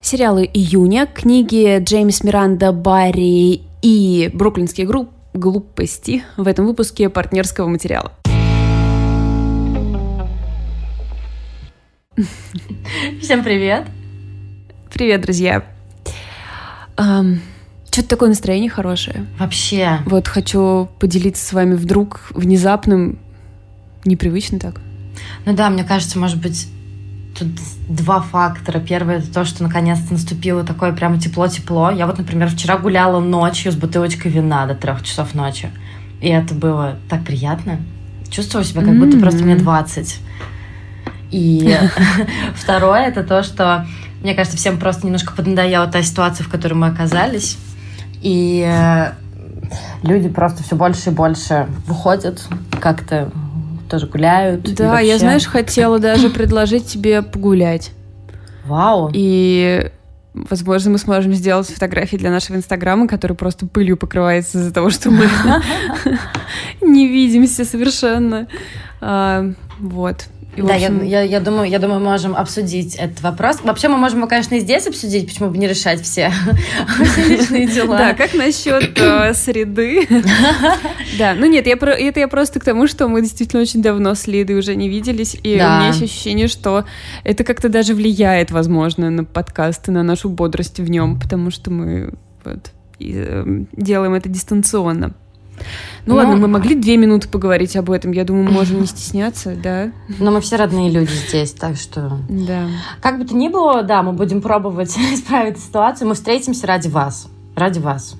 Сериалы июня, книги Джеймс Миранда Барри и бруклинские глупости в этом выпуске партнерского материала. Всем привет! Привет, друзья! Что-то такое настроение хорошее. Вообще. Вот хочу поделиться с вами вдруг внезапным, непривычно так. Ну да, мне кажется, может быть, тут два фактора. Первый — это то, что наконец-то наступило такое прямо тепло-тепло. Я вот, например, вчера гуляла ночью с бутылочкой вина до 3 часов ночи. И это было так приятно. Чувствовала себя, как будто просто мне 20. И второе — это то, что, мне кажется, всем просто немножко поднадоела та ситуация, в которой мы оказались. И люди просто все больше и больше выходят, как-то тоже гуляют. Да, вообще... я, знаешь, хотела даже предложить тебе погулять. Вау! И, возможно, мы сможем сделать фотографии для нашего Инстаграма, который просто пылью покрывается из-за того, что мы не видимся совершенно. Вот. И, да, общем... я думаю, можем обсудить этот вопрос. Вообще, мы можем его, конечно, и здесь обсудить, почему бы не решать все личные дела. Да, как насчет среды? Да, ну нет, это я просто к тому, что мы действительно очень давно с Лидой уже не виделись, и у меня есть ощущение, что это как-то даже влияет, возможно, на подкаст и на нашу бодрость в нем, потому что мы делаем это дистанционно. Ну ладно, мы могли 2 минуты поговорить об этом. Я думаю, мы можем не стесняться, да? Но мы все родные люди здесь, так что... Да. Как бы то ни было, да, мы будем пробовать исправить ситуацию. Мы встретимся ради вас. Ради вас.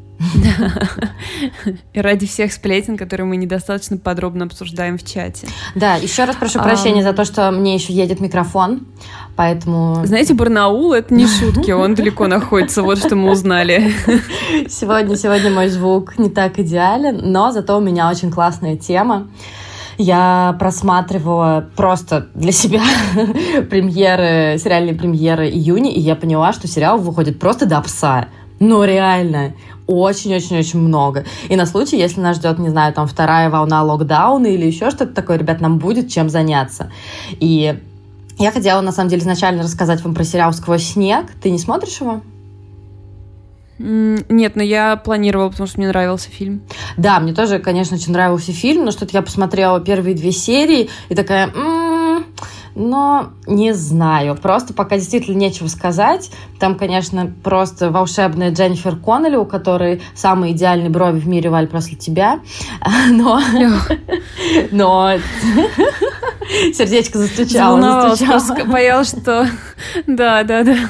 И ради всех сплетен, которые мы недостаточно подробно обсуждаем в чате. Да, еще раз прошу прощения за то, что мне еще едет микрофон, поэтому... Знаете, Барнаул — это не шутки, он далеко находится, вот что мы узнали. Сегодня мой звук не так идеален, но зато у меня очень классная тема. Я просматривала просто для себя сериальные премьеры июня, и я поняла, что сериал выходит просто до пса. Ну, реально, очень-очень-очень много. И на случай, если нас ждет, не знаю, там 2-я волна локдауна или еще что-то такое, ребят, нам будет чем заняться. И я хотела, на самом деле, изначально рассказать вам про сериал «Сквозь снег». Ты не смотришь его? Нет, но я планировала, потому что мне нравился фильм. Да, мне тоже, конечно, очень нравился фильм, но что-то я посмотрела первые 2 серии и такая... Но не знаю, просто пока действительно нечего сказать. Там, конечно, просто волшебная Дженнифер Коннелли, у которой самые идеальные брови в мире, Валь, после тебя. Но сердечко застучало. Боялась, что... Да.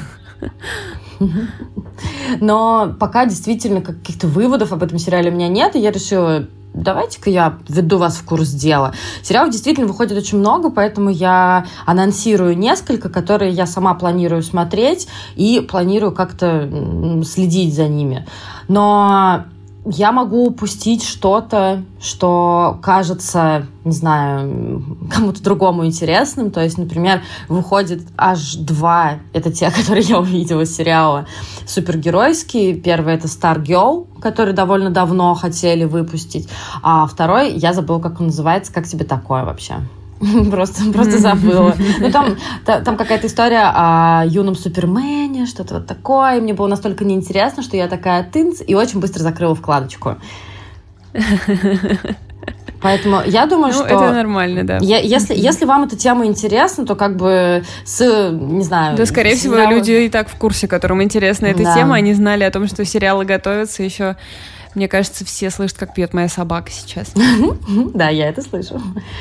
Но пока действительно каких-то выводов об этом сериале у меня нет, и я решила... Давайте-ка я введу вас в курс дела. Сериалов действительно выходит очень много, поэтому я анонсирую несколько, которые я сама планирую смотреть и планирую как-то следить за ними. Но я могу упустить что-то, что кажется, не знаю, кому-то другому интересным. То есть, например, выходит аж 2, это те, которые я увидела из сериала, супергеройские. Первый — это Stargirl, который довольно давно хотели выпустить. А второй, я забыла, как он называется, как тебе такое вообще? Просто забыла. Ну, там какая-то история о юном Супермене, что-то вот такое. И мне было настолько неинтересно, что я такая тынц и очень быстро закрыла вкладочку. Поэтому я думаю, что... это нормально, да. Если вам эта тема интересна, то как бы не знаю... Да, скорее всего, люди и так в курсе, которым интересна эта тема. Они знали о том, что сериалы готовятся еще... Мне кажется, все слышат, как пьет моя собака сейчас. Да, я это слышу.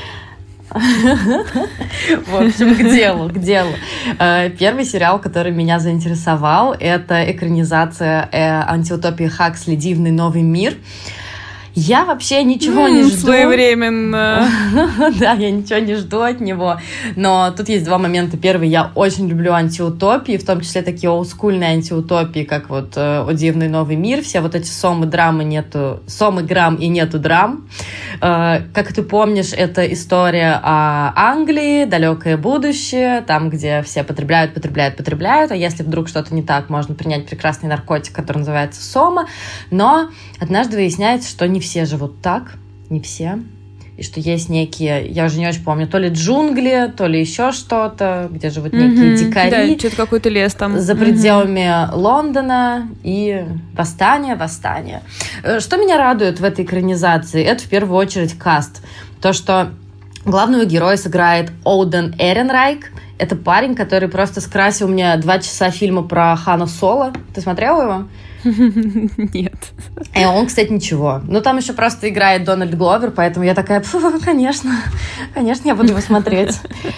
В общем, к делу. Первый сериал, который меня заинтересовал, это экранизация антиутопии Хаксли «Дивный новый мир». Я вообще ничего не жду. Своевременно. Да, я ничего не жду от него. Но тут есть 2 момента. Первый, я очень люблю антиутопии, в том числе такие олдскульные антиутопии, как вот «О дивный новый мир». Все вот эти сомы грамм и нету драм. Как ты помнишь, это история о Англии, далекое будущее, там, где все потребляют, а если вдруг что-то не так, можно принять прекрасный наркотик, который называется сома. Но однажды выясняется, что не все живут так, не все. и что есть некие, я уже не очень помню, то ли джунгли, то ли еще что-то, где живут некие дикари. Да, что-то какой-то лес там. За пределами Лондона, и восстание. Что меня радует в этой экранизации, это в первую очередь каст. То, что главного героя сыграет Оден Эренрайк. Это парень, который просто скрасил мне 2 часа фильма про Хана Соло. Ты смотрела его? Нет. И он, кстати, ничего. Но там еще просто играет Дональд Гловер, поэтому я такая, конечно, я буду его смотреть.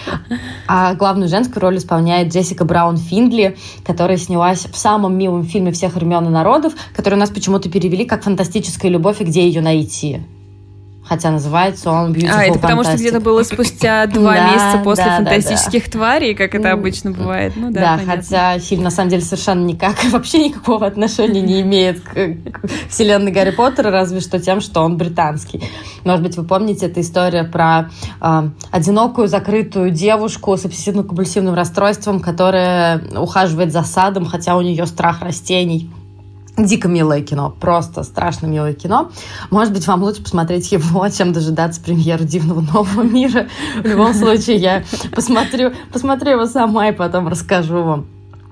А главную женскую роль исполняет Джессика Браун Финдли, которая снялась в самом милом фильме всех времен и народов, который у нас почему-то перевели как «Фантастическая любовь» и «Где ее найти». Хотя называется он Beautiful Fantastic. Это потому что где-то было спустя 2 месяца после «Фантастических тварей», как это обычно бывает. Ну да, хотя фильм на самом деле совершенно вообще никакого отношения не имеет к вселенной Гарри Поттера, разве что тем, что он британский. Может быть, вы помните, это история про одинокую закрытую девушку с обсессивно-компульсивным расстройством, которая ухаживает за садом, хотя у нее страх растений. Дико милое кино, просто страшно милое кино. Может быть, вам лучше посмотреть его, чем дожидаться премьеры «Дивного нового мира». В любом случае, я посмотрю его сама и потом расскажу вам.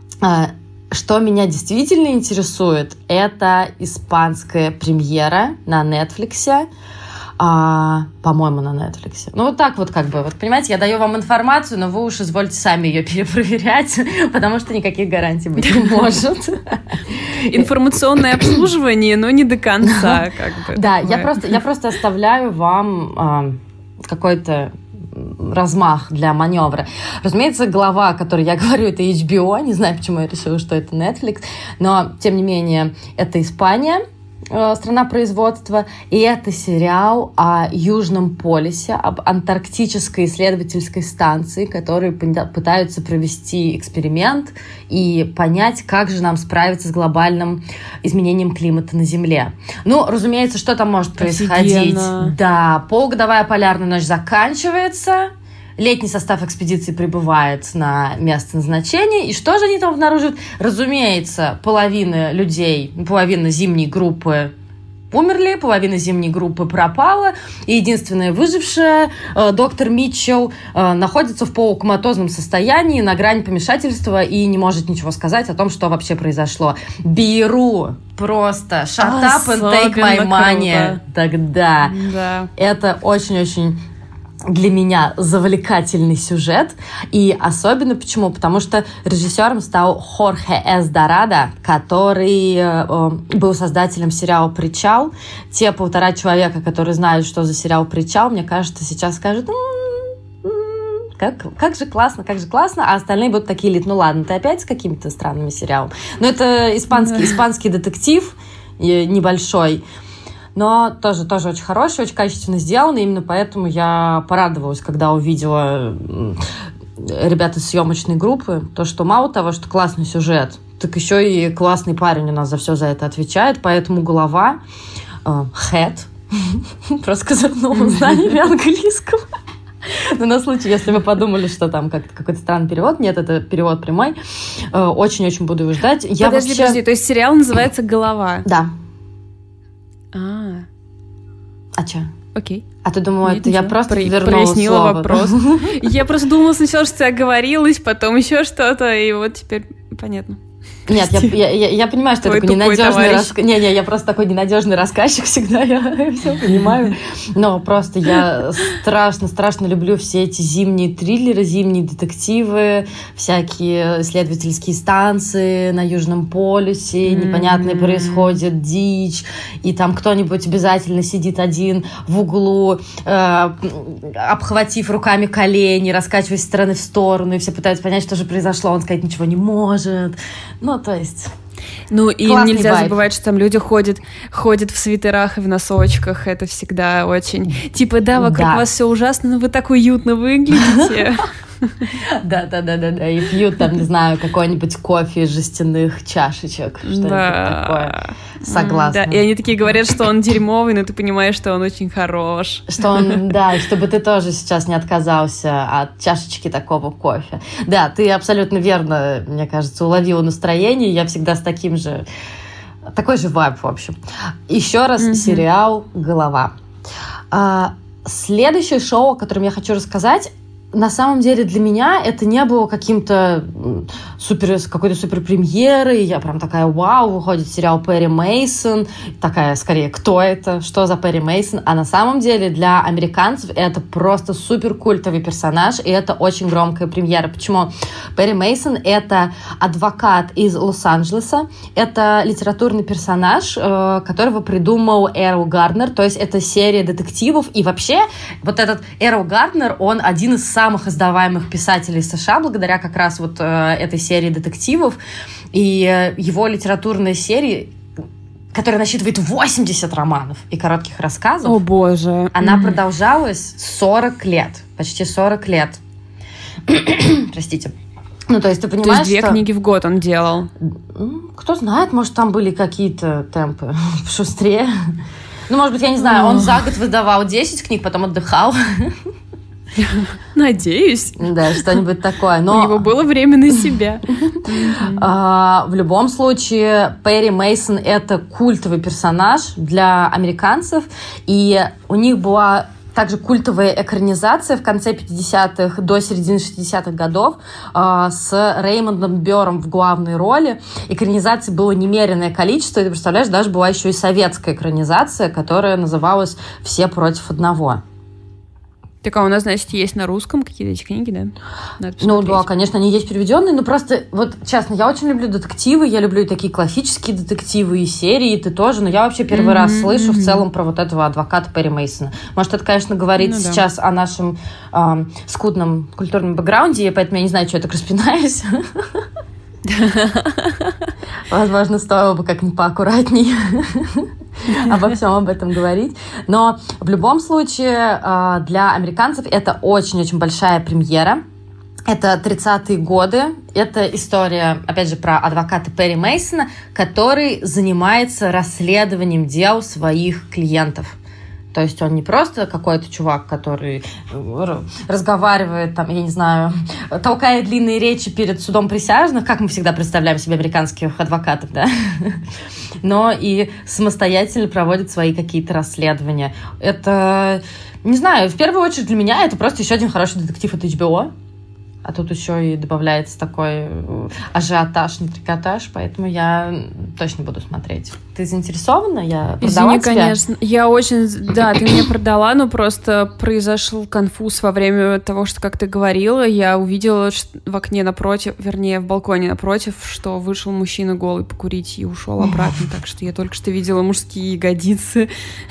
Что меня действительно интересует, это испанская премьера на Netflix. По-моему, на Netflix. Ну, вот так вот как бы. Вот, понимаете, я даю вам информацию, но вы уж извольте сами ее перепроверять, потому что никаких гарантий быть не может. Информационное обслуживание, но не до конца. Да, я просто оставляю вам какой-то размах для маневра. Разумеется, глава, о которой я говорю, это HBO. Не знаю, почему я решила, что это Netflix. Но, тем не менее, это Испания, страна производства, и это сериал о Южном полюсе, об антарктической исследовательской станции, которые пытаются провести эксперимент и понять, как же нам справиться с глобальным изменением климата на Земле. Ну, разумеется, что там может происходить? Офигенно. Да, полугодовая полярная ночь заканчивается, летний состав экспедиции прибывает на место назначения. И что же они там обнаруживают? Разумеется, половина людей, половина зимней группы умерли, половина зимней группы пропала. И единственная выжившая, доктор Митчелл, находится в полукоматозном состоянии, на грани помешательства и не может ничего сказать о том, что вообще произошло. Беру просто shut up and take my money. Тогда это очень-очень для меня завлекательный сюжет. И особенно почему? Потому что режиссером стал Хорхе С. Дорадо, который был создателем сериала «Причал». Те 1,5 человека, которые знают, что за сериал «Причал», мне кажется, сейчас скажут: как же классно, а остальные будут такие: ну ладно, ты опять с какими-то странными сериалами. Но это испанский детектив небольшой, но тоже очень хороший, очень качественно сделанный. Именно поэтому я порадовалась, когда увидела ребят из съемочной группы, то, что мало того, что классный сюжет, так еще и классный парень у нас за все за это отвечает. Поэтому голова, head, просто козырнула знаниями английского. Но на случай, если вы подумали, что там какой-то странный перевод, нет, это перевод прямой. Очень-очень буду его ждать. Подожди, то есть сериал называется «Голова»? Да. А что? Окей. А ты думала, это я просто вернула слово? Вопрос. Я просто думала сначала, что ты оговорилась, потом еще что-то, и вот теперь понятно. Нет, я понимаю, что я такой ненадежный рассказчик. Не, я просто такой ненадежный рассказчик всегда, я все понимаю. Но просто я страшно люблю все эти зимние триллеры, зимние детективы, всякие исследовательские станции на Южном полюсе, непонятное происходит, дичь, и там кто-нибудь обязательно сидит один в углу, обхватив руками колени, раскачиваясь из стороны в сторону, и все пытаются понять, что же произошло, он сказать ничего не может. Ну, то есть... Ну, и нельзя забывать, что там люди ходят в свитерах и в носочках. Это всегда очень... Типа, да, вокруг вас все ужасно, но вы так уютно выглядите. Да. И пьют там, не знаю, какой-нибудь кофе из жестяных чашечек. Что-нибудь такое. Согласна. И они такие говорят, что он дерьмовый, но ты понимаешь, что он очень хорош. Что он, да, и чтобы ты тоже сейчас не отказался от чашечки такого кофе. Да, ты абсолютно верно, мне кажется, уловила настроение. Я всегда с такой же вайб, в общем. Еще раз сериал «Голова». Следующее шоу, о котором я хочу рассказать, на самом деле для меня это не было каким-то какой-то суперпремьерой. Я прям такая, вау, выходит сериал Перри Мейсон. Такая, скорее, кто это? Что за Перри Мейсон? А на самом деле для американцев это просто суперкультовый персонаж, и это очень громкая премьера. Почему? Перри Мейсон — это адвокат из Лос-Анджелеса. Это литературный персонаж, которого придумал Эрл Гарднер. То есть это серия детективов. И вообще вот этот Эрл Гарднер, он один из самых издаваемых писателей США, благодаря как раз вот этой серии детективов. И его литературная серия, которая насчитывает 80 романов и коротких рассказов. О, боже. Она продолжалась 40 лет. Почти 40 лет. Простите. Ну, то есть ты понимаешь, то есть 2 книги в год он делал? Кто знает, может, там были какие-то темпы шустрее. Ну, может быть, я не знаю, он за год выдавал 10 книг, потом отдыхал. Надеюсь. Да, что-нибудь такое. Но... У него было время на себя. В любом случае, Перри Мейсон — это культовый персонаж для американцев, и у них была также культовая экранизация в конце 50-х до середины 60-х годов с Реймондом Бёром в главной роли. Экранизаций было немеренное количество, и ты представляешь, даже была еще и советская экранизация, которая называлась «Все против одного». Так, а у нас, значит, есть на русском какие-то эти книги, да? Ну да, конечно, они есть переведенные, но просто, вот, честно, я очень люблю детективы, я люблю и такие классические детективы, и серии, и ты тоже, но я вообще первый раз слышу в целом про вот этого адвоката Перри Мейсона. Может, это, конечно, говорит сейчас о нашем скудном культурном бэкграунде, поэтому я не знаю, что я так распинаюсь. Возможно, стоило бы как-нибудь поаккуратнее обо всем об этом говорить. Но в любом случае для американцев это очень-очень большая премьера. Это 30-е годы. Это история, опять же, про адвоката Перри Мейсона, который занимается расследованием дел своих клиентов. То есть он не просто какой-то чувак, который разговаривает, там, я не знаю, толкая длинные речи перед судом присяжных, как мы всегда представляем себе американских адвокатов, да, но и самостоятельно проводит свои какие-то расследования. Это, не знаю, в первую очередь для меня это просто еще один хороший детектив от HBO. А тут еще и добавляется такой ажиотаж на трикотаж, поэтому я точно буду смотреть. Ты заинтересована? Я продала тебя? Конечно. Я очень... Да, ты меня продала, но просто произошел конфуз во время того, что, как ты говорила, я увидела в окне напротив, вернее, в балконе напротив, что вышел мужчина голый покурить и ушел обратно, так что я только что видела мужские ягодицы.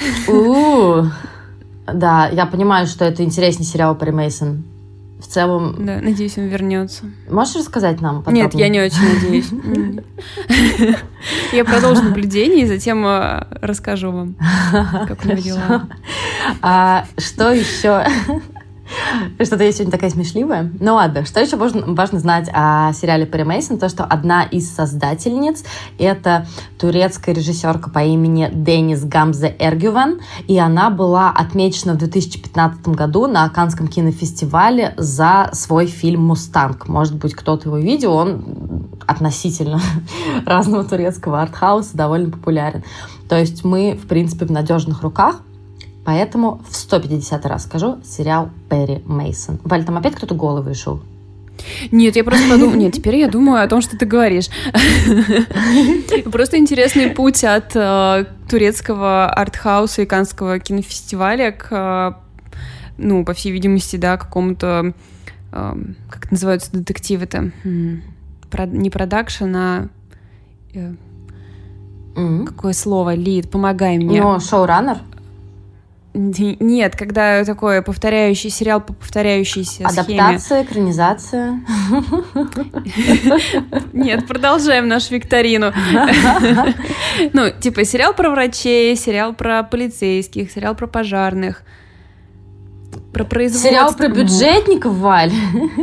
Да, я понимаю, что это интереснее сериала Перри Мейсон. В целом... Да, надеюсь, он вернется. Можешь рассказать нам подробнее? Нет, я не очень надеюсь. Я продолжу наблюдение и затем расскажу вам, как у меня дела. Что еще? Что-то я сегодня такая смешливая. Ну ладно, что еще важно знать о сериале Перри Мейсон? То, что одна из создательниц — это турецкая режиссерка по имени Денис Гамзе Эргювен, и она была отмечена в 2015 году на Каннском кинофестивале за свой фильм «Мустанг». Может быть, кто-то его видел, он относительно разного турецкого артхауса довольно популярен. То есть мы, в принципе, в надежных руках. Поэтому в 150 раз скажу сериал Перри Мейсон. Валь, там опять кто-то голый вышел? Нет, я просто подумала... Нет, теперь я думаю о том, что ты говоришь. Просто интересный путь от турецкого артхауса и Каннского кинофестиваля к, ну, по всей видимости, да, какому-то... Как это называются детективы-то? Не продакшн, а... Какое слово? Лид, помогай мне. Ну, шоураннер? Нет, когда такой повторяющий сериал по повторяющейся адаптация, экранизация. Нет, продолжаем нашу викторину. Ну, типа сериал про врачей, сериал про полицейских, сериал про пожарных, про производство. Сериал про бюджетников, Валь.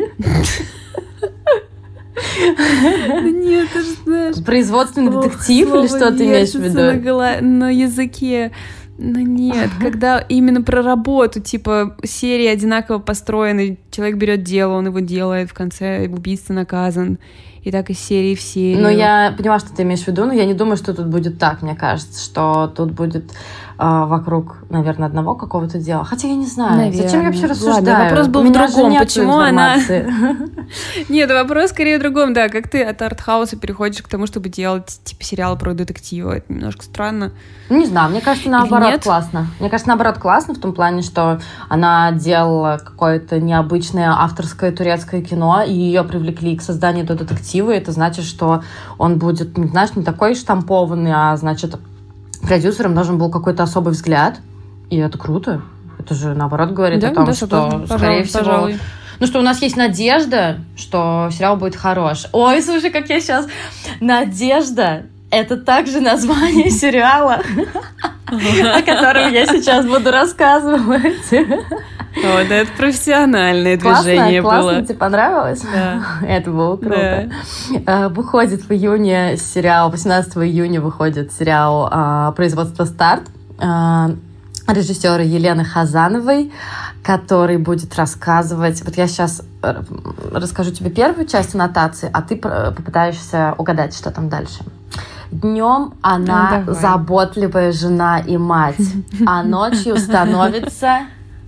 Нет, ты же знаешь. Производственный детектив или что ты имеешь в виду? На языке. Ну нет, когда именно про работу, типа серии одинаково построены, человек берет дело, он его делает, в конце убийца наказан. и так из серии в серию. Ну, я поняла, что ты имеешь в виду, но я не думаю, что тут будет так, мне кажется, что тут будет вокруг, наверное, одного какого-то дела. Хотя я не знаю, наверное. Зачем я вообще рассуждаю? Ладно, вопрос был в другом. Почему она... Нет, вопрос скорее в другом, да. Как ты от артхауса переходишь к тому, чтобы делать типа сериалы про детективы? Это немножко странно. Не знаю, мне кажется, наоборот классно. Мне кажется, наоборот классно в том плане, что она делала какое-то необычное авторское турецкое кино, и ее привлекли к созданию этого детектива. Это значит, что он будет, знаешь, не такой штампованный, а значит... Продюсером должен был какой-то особый взгляд, и это круто. Это же, наоборот, говорит о том, что, скорее всего... Ну, что у нас есть надежда, что сериал будет хорош. Ой, слушай, как я сейчас... Надежда — это также название сериала, о котором я сейчас буду рассказывать. О, да, это профессиональное движение было. Классно, тебе понравилось? Да. Это было круто. Да. Выходит в июне сериал, 18 июня выходит сериал производства «Старт» режиссера Елены Хазановой, который будет рассказывать... Вот я сейчас расскажу тебе первую часть аннотации, а ты попытаешься угадать, что там дальше. Днем она заботливая жена и мать, а ночью становится...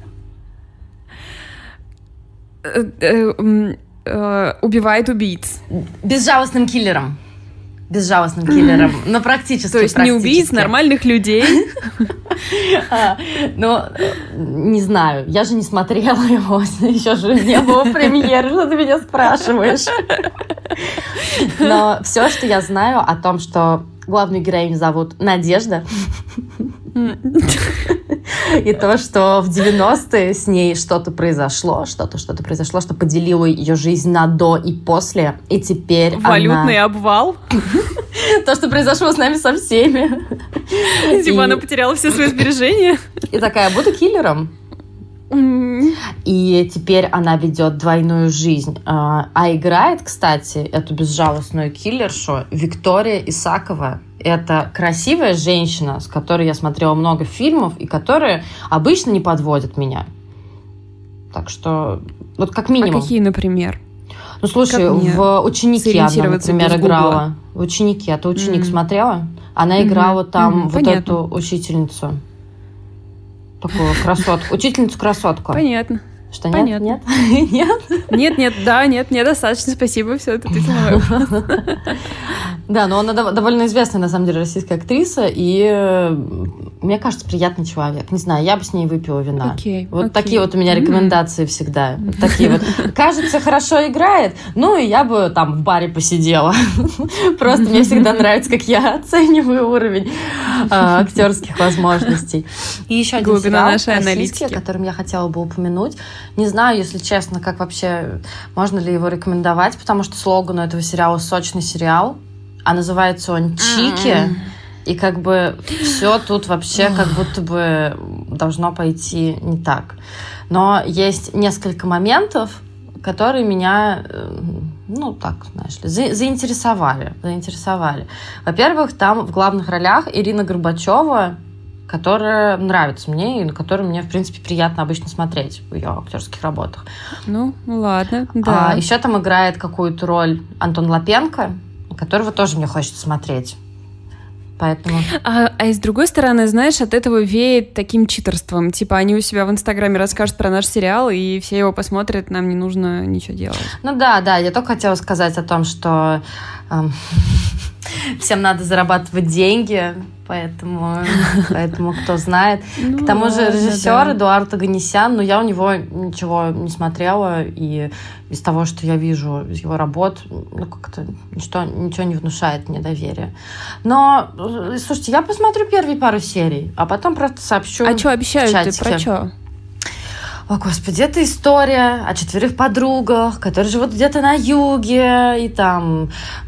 убивает убийц. Безжалостным киллером. Но практически. То есть не убийц, нормальных людей. Ну, не знаю. Я же не смотрела его. Еще же не было премьеры, что ты меня спрашиваешь. Но все, что я знаю о том, что главную героиню зовут Надежда, и то, что в 90-е с ней что-то произошло, что поделило ее жизнь на до и после, и теперь валютный обвал. То, что произошло с нами со всеми. Типа она потеряла все свои сбережения. И такая, буду киллером. И теперь она ведет двойную жизнь. А играет, кстати, эту безжалостную киллершу Виктория Исакова. Это красивая женщина, с которой я смотрела много фильмов, и которая обычно не подводит меня. Так что, вот как минимум. А какие, например? Ну, слушай, в «Ученике» она, например, играла. В «Ученике». А ты «Ученик» смотрела? Она играла там вот эту учительницу. Такую красотку. Учительницу-красотку. Понятно. Что, нет? Понятно. Нет? Нет, недостаточно, спасибо, все, это ответила на вопрос. Да, но она довольно известная, на самом деле, российская актриса, и, мне кажется, приятный человек. Не знаю, я бы с ней выпила вина. Вот такие вот у меня рекомендации всегда. Такие вот. Кажется, хорошо играет, ну, и я бы там в баре посидела. Просто мне всегда нравится, как я оцениваю уровень актерских возможностей. И еще один сериал российский, о котором я хотела бы упомянуть. Не знаю, если честно, как вообще, можно ли его рекомендовать, потому что слоган у этого сериала «Сочный сериал», а называется он «Чики», и как бы все тут вообще как будто бы должно пойти не так. Но есть несколько моментов, которые меня, ну так, знаешь ли, заинтересовали. Во-первых, там в главных ролях Ирина Горбачева, которая нравится мне и на которую мне, в принципе, приятно обычно смотреть в ее актерских работах. Ну, ладно, да. Еще там играет какую-то роль Антон Лапенко, которого тоже мне хочется смотреть. Поэтому... А с другой стороны, знаешь, от этого веет таким читерством. Типа они у себя в Инстаграме расскажут про наш сериал, и все его посмотрят, нам не нужно ничего делать. Ну да, я только хотела сказать о том, что всем надо зарабатывать деньги, поэтому кто знает. К тому же режиссер Эдуард Оганесян, я у него ничего не смотрела, и из того, что я вижу из его работ, как-то ничего не внушает мне доверия. Но, слушайте, я посмотрю первые пару серий, а потом просто сообщу. А что обещают ты? Про что? О, Господи, это история о 4 подругах, которые живут где-то на юге, и там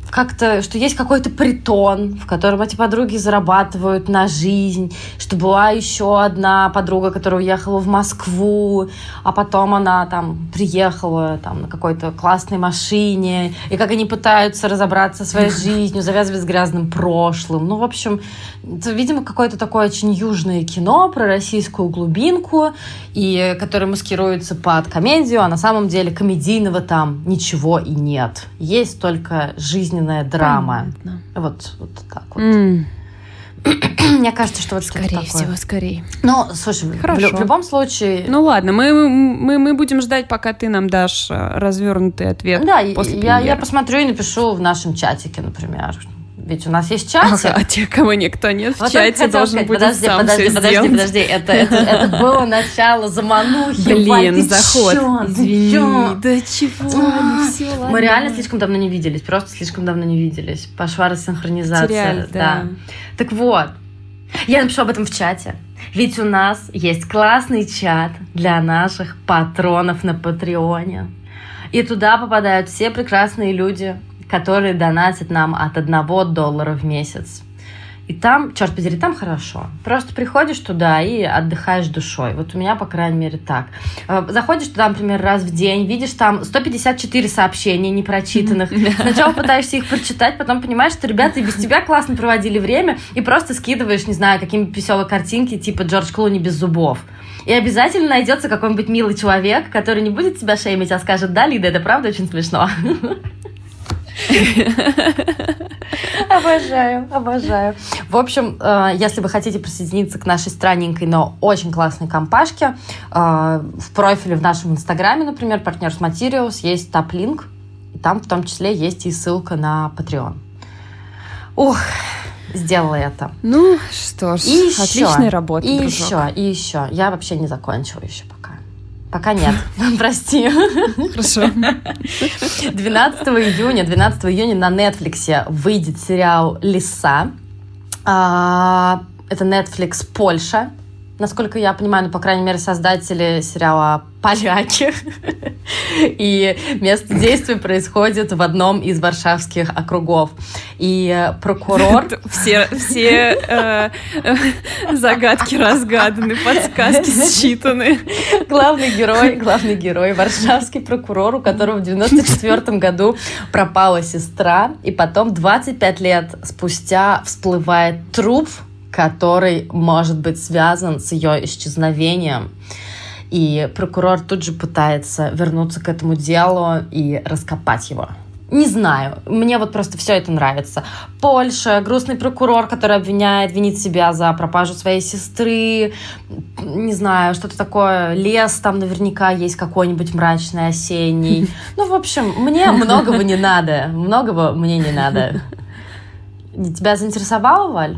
как-то, что есть какой-то притон, в котором эти подруги зарабатывают на жизнь, что была еще одна подруга, которая уехала в Москву, а потом она там приехала там на какой-то классной машине, и как они пытаются разобраться со своей жизнью, завязывать с грязным прошлым. Ну, в общем, это, видимо, какое-то такое очень южное кино про российскую глубинку, и которое маскируется под комедию, а на самом деле комедийного там ничего и нет. Есть только жизненная драма. Вот так вот. Мне кажется, что вот скорее всего, скорее. Ну, слушай, в любом случае... Ну ладно, мы будем ждать, пока ты нам дашь развернутый ответ. Да, я посмотрю и напишу в нашем чатике, например. Ведь у нас есть чатик. А те, кого никто нет в чате, должен будет сам все сделать. Подожди. Это было начало заманухи. Блин, заход. Извини. Да чего? Все, ладно. Мы реально слишком давно не виделись. Просто слишком давно не виделись. Пошла рассинхронизация. Теряли, да. Так вот, я напишу об этом в чате. Ведь у нас есть классный чат для наших патронов на Патреоне. И туда попадают все прекрасные люди, которые донатят нам от $1 в месяц. И там, черт подери, там хорошо. Просто приходишь туда и отдыхаешь душой. Вот у меня, по крайней мере, так. Заходишь туда, например, раз в день, видишь там 154 сообщения непрочитанных. Сначала пытаешься их прочитать, потом понимаешь, что ребята и без тебя классно проводили время, и просто скидываешь, не знаю, какие-нибудь веселые картинки, типа Джордж Клуни без зубов. И обязательно найдется какой-нибудь милый человек, который не будет тебя шеймить, а скажет: да, Лида, это правда очень смешно. Обожаю. В общем, если вы хотите присоединиться к нашей странненькой, но очень классной компашке, в профиле в нашем инстаграме, например, Partners Materials, есть топ-линк, и там в том числе есть и ссылка на Patreon. Ух, сделала это. Ну что ж, отличная работа, дружок. И еще. Я вообще не закончила еще пока. Пока нет, прости. Хорошо. 12 июня на Netflix выйдет сериал «Лиса». Это Netflix Польша, насколько я понимаю, ну, по крайней мере, создатели сериала поляки. И место действия происходит в одном из варшавских округов. И прокурор... Все загадки разгаданы, подсказки считаны. Главный герой, варшавский прокурор, у которого в 1994 году пропала сестра, и потом 25 лет спустя всплывает труп, который может быть связан с ее исчезновением. И прокурор тут же пытается вернуться к этому делу и раскопать его. Не знаю, мне вот просто все это нравится. Польша, грустный прокурор, который винит себя за пропажу своей сестры. Не знаю, что-то такое. Лес там наверняка есть какой-нибудь мрачный, осенний. Ну, в общем, мне многого не надо. Многого мне не надо. Тебя заинтересовало, Валь?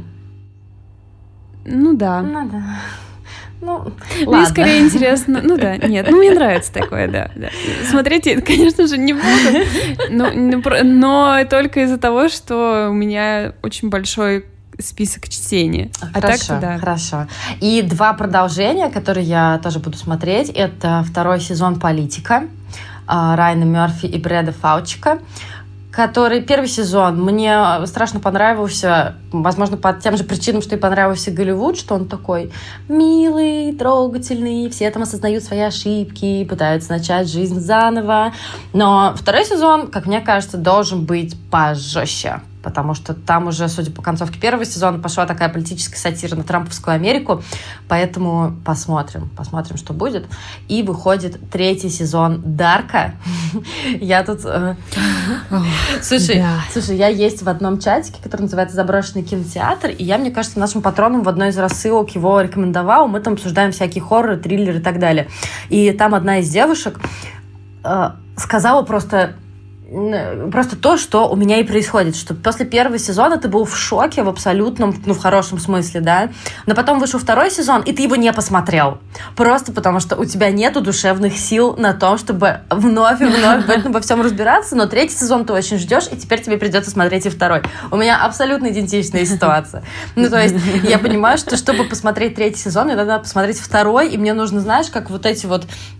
Ну да. Ну, мне скорее интересно. Ну да, нет, мне нравится такое, да. Смотреть я, конечно же, не буду, но только из-за того, что у меня очень большой список чтения. Хорошо. И 2 продолжения, которые я тоже буду смотреть, это 2-й сезон «Политика» Райана Мерфи и Брэда Фаучика, который 1-й сезон мне страшно понравился, возможно, по тем же причинам, что и понравился Голливуд, что он такой милый, трогательный, все там осознают свои ошибки, пытаются начать жизнь заново. Но 2-й сезон, как мне кажется, должен быть пожестче, потому что там уже, судя по концовке 1-го сезона, пошла такая политическая сатира на трамповскую Америку, поэтому посмотрим, что будет. И выходит 3-й сезон «Дарка». Я тут... Слушай, я есть в одном чатике, который называется «Заброшенный кинотеатр», и я, мне кажется, нашим патронам в одной из рассылок его рекомендовала. Мы там обсуждаем всякие хорроры, триллеры и так далее. И там одна из девушек сказала просто то, что у меня и происходит, что после 1-го сезона ты был в шоке в абсолютном, в хорошем смысле, да, но потом вышел 2-й сезон, и ты его не посмотрел, просто потому что у тебя нету душевных сил на то, чтобы вновь и вновь в этом во всем разбираться, но 3-й сезон ты очень ждешь, и теперь тебе придется смотреть и 2-й. У меня абсолютно идентичная ситуация. Ну, то есть, я понимаю, что чтобы посмотреть 3-й сезон, мне надо посмотреть 2-й, и мне нужно, знаешь, как вот эти вот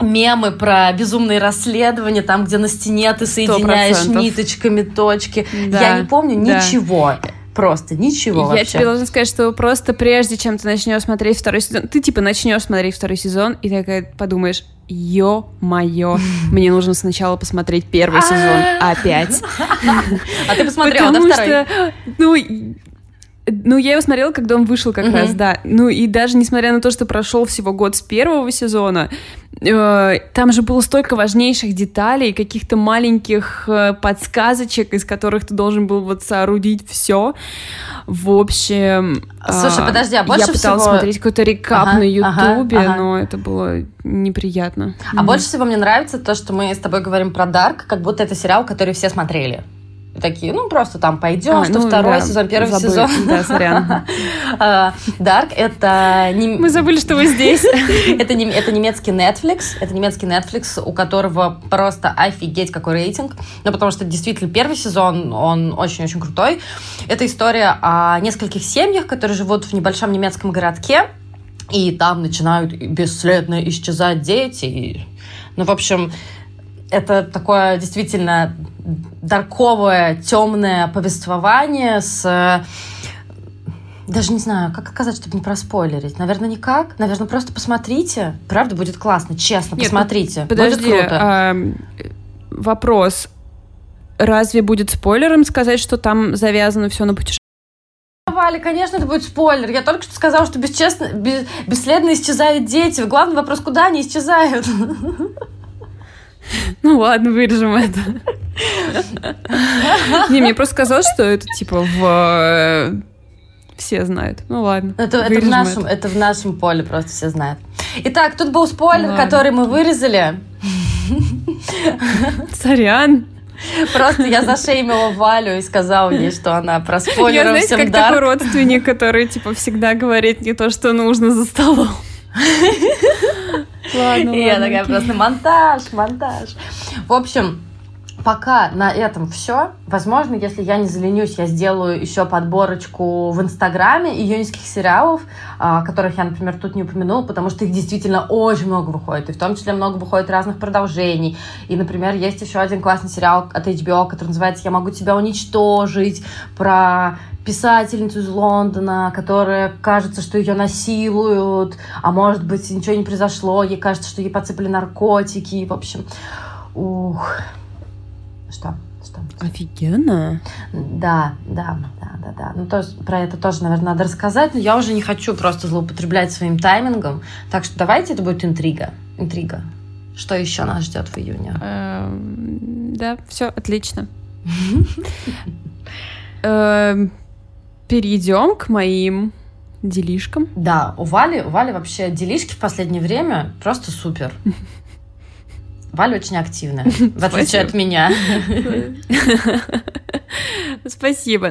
мемы про безумные расследования, там, где на стене ты соединяешь 100%. Ниточками точки. Да, я не помню ничего. Просто ничего вообще. Я тебе должна сказать, что просто прежде, чем ты начнешь смотреть второй сезон, ты типа начнешь смотреть второй сезон и такая подумаешь: ё-моё, мне нужно сначала посмотреть первый сезон опять. А ты посмотрела, да, второй? Ну, я его смотрела, когда он вышел как раз, да. Ну, и даже несмотря на то, что прошел всего год с первого сезона, там же было столько важнейших деталей, каких-то маленьких подсказочек, из которых ты должен был вот соорудить все. В общем... Слушай, подожди, а больше я пыталась всего... смотреть какой-то рекап на Ютубе, но это было неприятно. А больше всего мне нравится то, что мы с тобой говорим про Дарк, как будто это сериал, который все смотрели. Такие, ну, просто там пойдем, что второй сезон, первый сезон. Да, сорян. Дарк — это... Мы забыли, что вы здесь. Это немецкий Netflix, у которого просто офигеть какой рейтинг. Ну, потому что действительно первый сезон, он очень-очень крутой. Это история о нескольких семьях, которые живут в небольшом немецком городке, и там начинают бесследно исчезать дети. Ну, в общем... Это такое действительно дарковое, темное повествование с... Даже не знаю, как сказать, чтобы не проспойлерить. Наверное, никак. Наверное, просто посмотрите. Правда, будет классно. Честно, посмотрите. Подожди, будет круто. Вопрос. Разве будет спойлером сказать, что там завязано все на путешествии? Валя, конечно, это будет спойлер. Я только что сказала, что бесследно исчезают дети. Главный вопрос, куда они исчезают? Ну ладно, вырежем это. Не, мне просто казалось, что это типа все знают. Ну ладно. Это в нашем поле просто все знают. Итак, тут был спойлер, который мы вырезали. Сорян. Просто я зашеймила Валю и сказала ей, что она проспойлерила всем Дарк. Я, знаете, как такой родственник, который типа всегда говорит не то, что нужно за столом. Ладно, и я такая просто монтаж. В общем, пока на этом все. Возможно, если я не заленюсь, я сделаю еще подборочку в Инстаграме июньских сериалов, которых я, например, тут не упомянула, потому что их действительно очень много выходит. И в том числе много выходит разных продолжений. И, например, есть еще один классный сериал от HBO, который называется «Я могу тебя уничтожить», про писательницу из Лондона, которая кажется, что ее насилуют, а может быть, ничего не произошло, ей кажется, что ей подсыпали наркотики. В общем, Что? Офигенно. Да. Ну, то есть про это тоже, наверное, надо рассказать, но я уже не хочу просто злоупотреблять своим таймингом. Так что давайте это будет интрига. Что еще нас ждет в июне? Да, все отлично. Перейдем к моим делишкам. Да, у Вали вообще делишки в последнее время просто супер. Валя очень активная, в отличие от меня. Спасибо.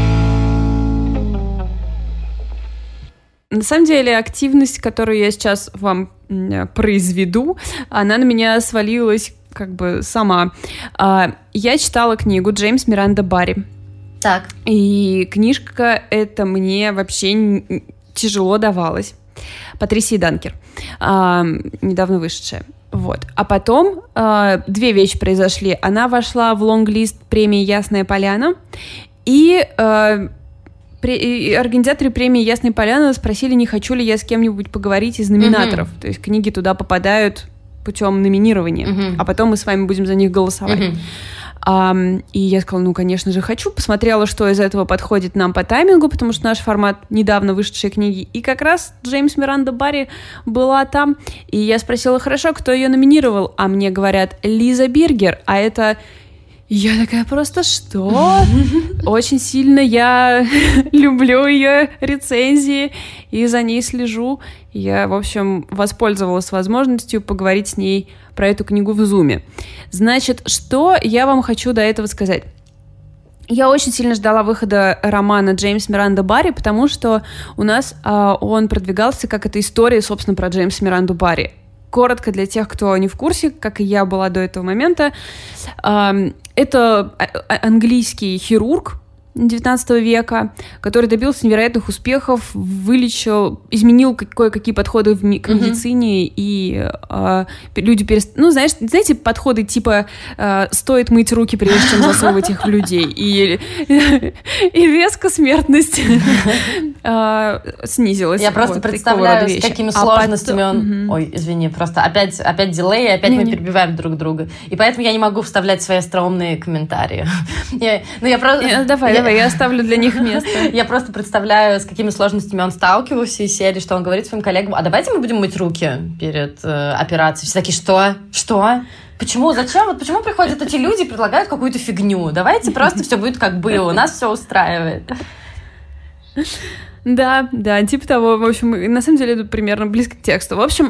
На самом деле, активность, которую я сейчас вам произведу, она на меня свалилась как бы сама. Я читала книгу Джеймс Миранда Барри. Так. И книжка эта мне вообще тяжело давалась. Патрисия Данкер, недавно вышедшая. Вот. А потом две вещи произошли. Она вошла в лонглист премии «Ясная поляна», и организаторы премии «Ясная поляна» спросили, не хочу ли я с кем-нибудь поговорить из номинаторов. То есть книги туда попадают путем номинирования, а потом мы с вами будем за них голосовать. И я сказала, ну, конечно же, хочу. Посмотрела, что из этого подходит нам по таймингу, потому что наш формат недавно вышедшей книги. И как раз Джеймс Миранда Барри была там. И я спросила, хорошо, кто ее номинировал? А мне говорят, Лиза Биргер. А это... Я такая, просто что? Очень сильно я люблю ее рецензии и за ней слежу. Я, в общем, воспользовалась возможностью поговорить с ней про эту книгу в Зуме. Значит, что я вам хочу до этого сказать? Я очень сильно ждала выхода романа Джеймс Миранда Барри, потому что у нас он продвигался как эта история, собственно, про Джеймса Миранду Барри. Коротко для тех, кто не в курсе, как и я была до этого момента, это английский хирург, XIX века, который добился невероятных успехов, изменил кое-какие подходы к медицине, и люди знаете, подходы типа стоит мыть руки, прежде чем засовывать их в людей, и резко смертность снизилась. Я просто представляю, с какими сложностями он... Ой, извини, просто опять дилей, опять мы перебиваем друг друга. И поэтому я не могу вставлять свои остроумные комментарии. Давай, я оставлю для них место. Я просто представляю, с какими сложностями он сталкивался, из серии, что он говорит своим коллегам: а давайте мы будем мыть руки перед операцией. Все такие: что? Почему? Зачем? Вот почему приходят эти люди и предлагают какую-то фигню? Давайте просто все будет как было, нас все устраивает. Да, типа того. В общем, на самом деле это примерно близко к тексту. В общем,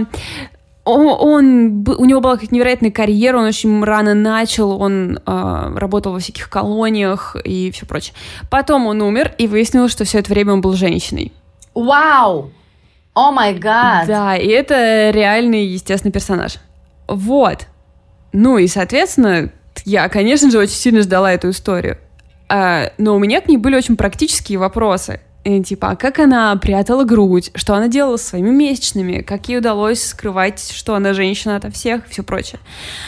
у него была какая-то невероятная карьера, он очень рано начал, он работал во всяких колониях и все прочее. Потом он умер, и выяснилось, что все это время он был женщиной. Вау! О май гад! Да, и это реальный, естественный персонаж. Вот. Ну и, соответственно, я, конечно же, очень сильно ждала эту историю. Но у меня к ней были очень практические вопросы. Типа, а как она прятала грудь, что она делала со своими месячными, как ей удалось скрывать, что она женщина ото всех, и все прочее.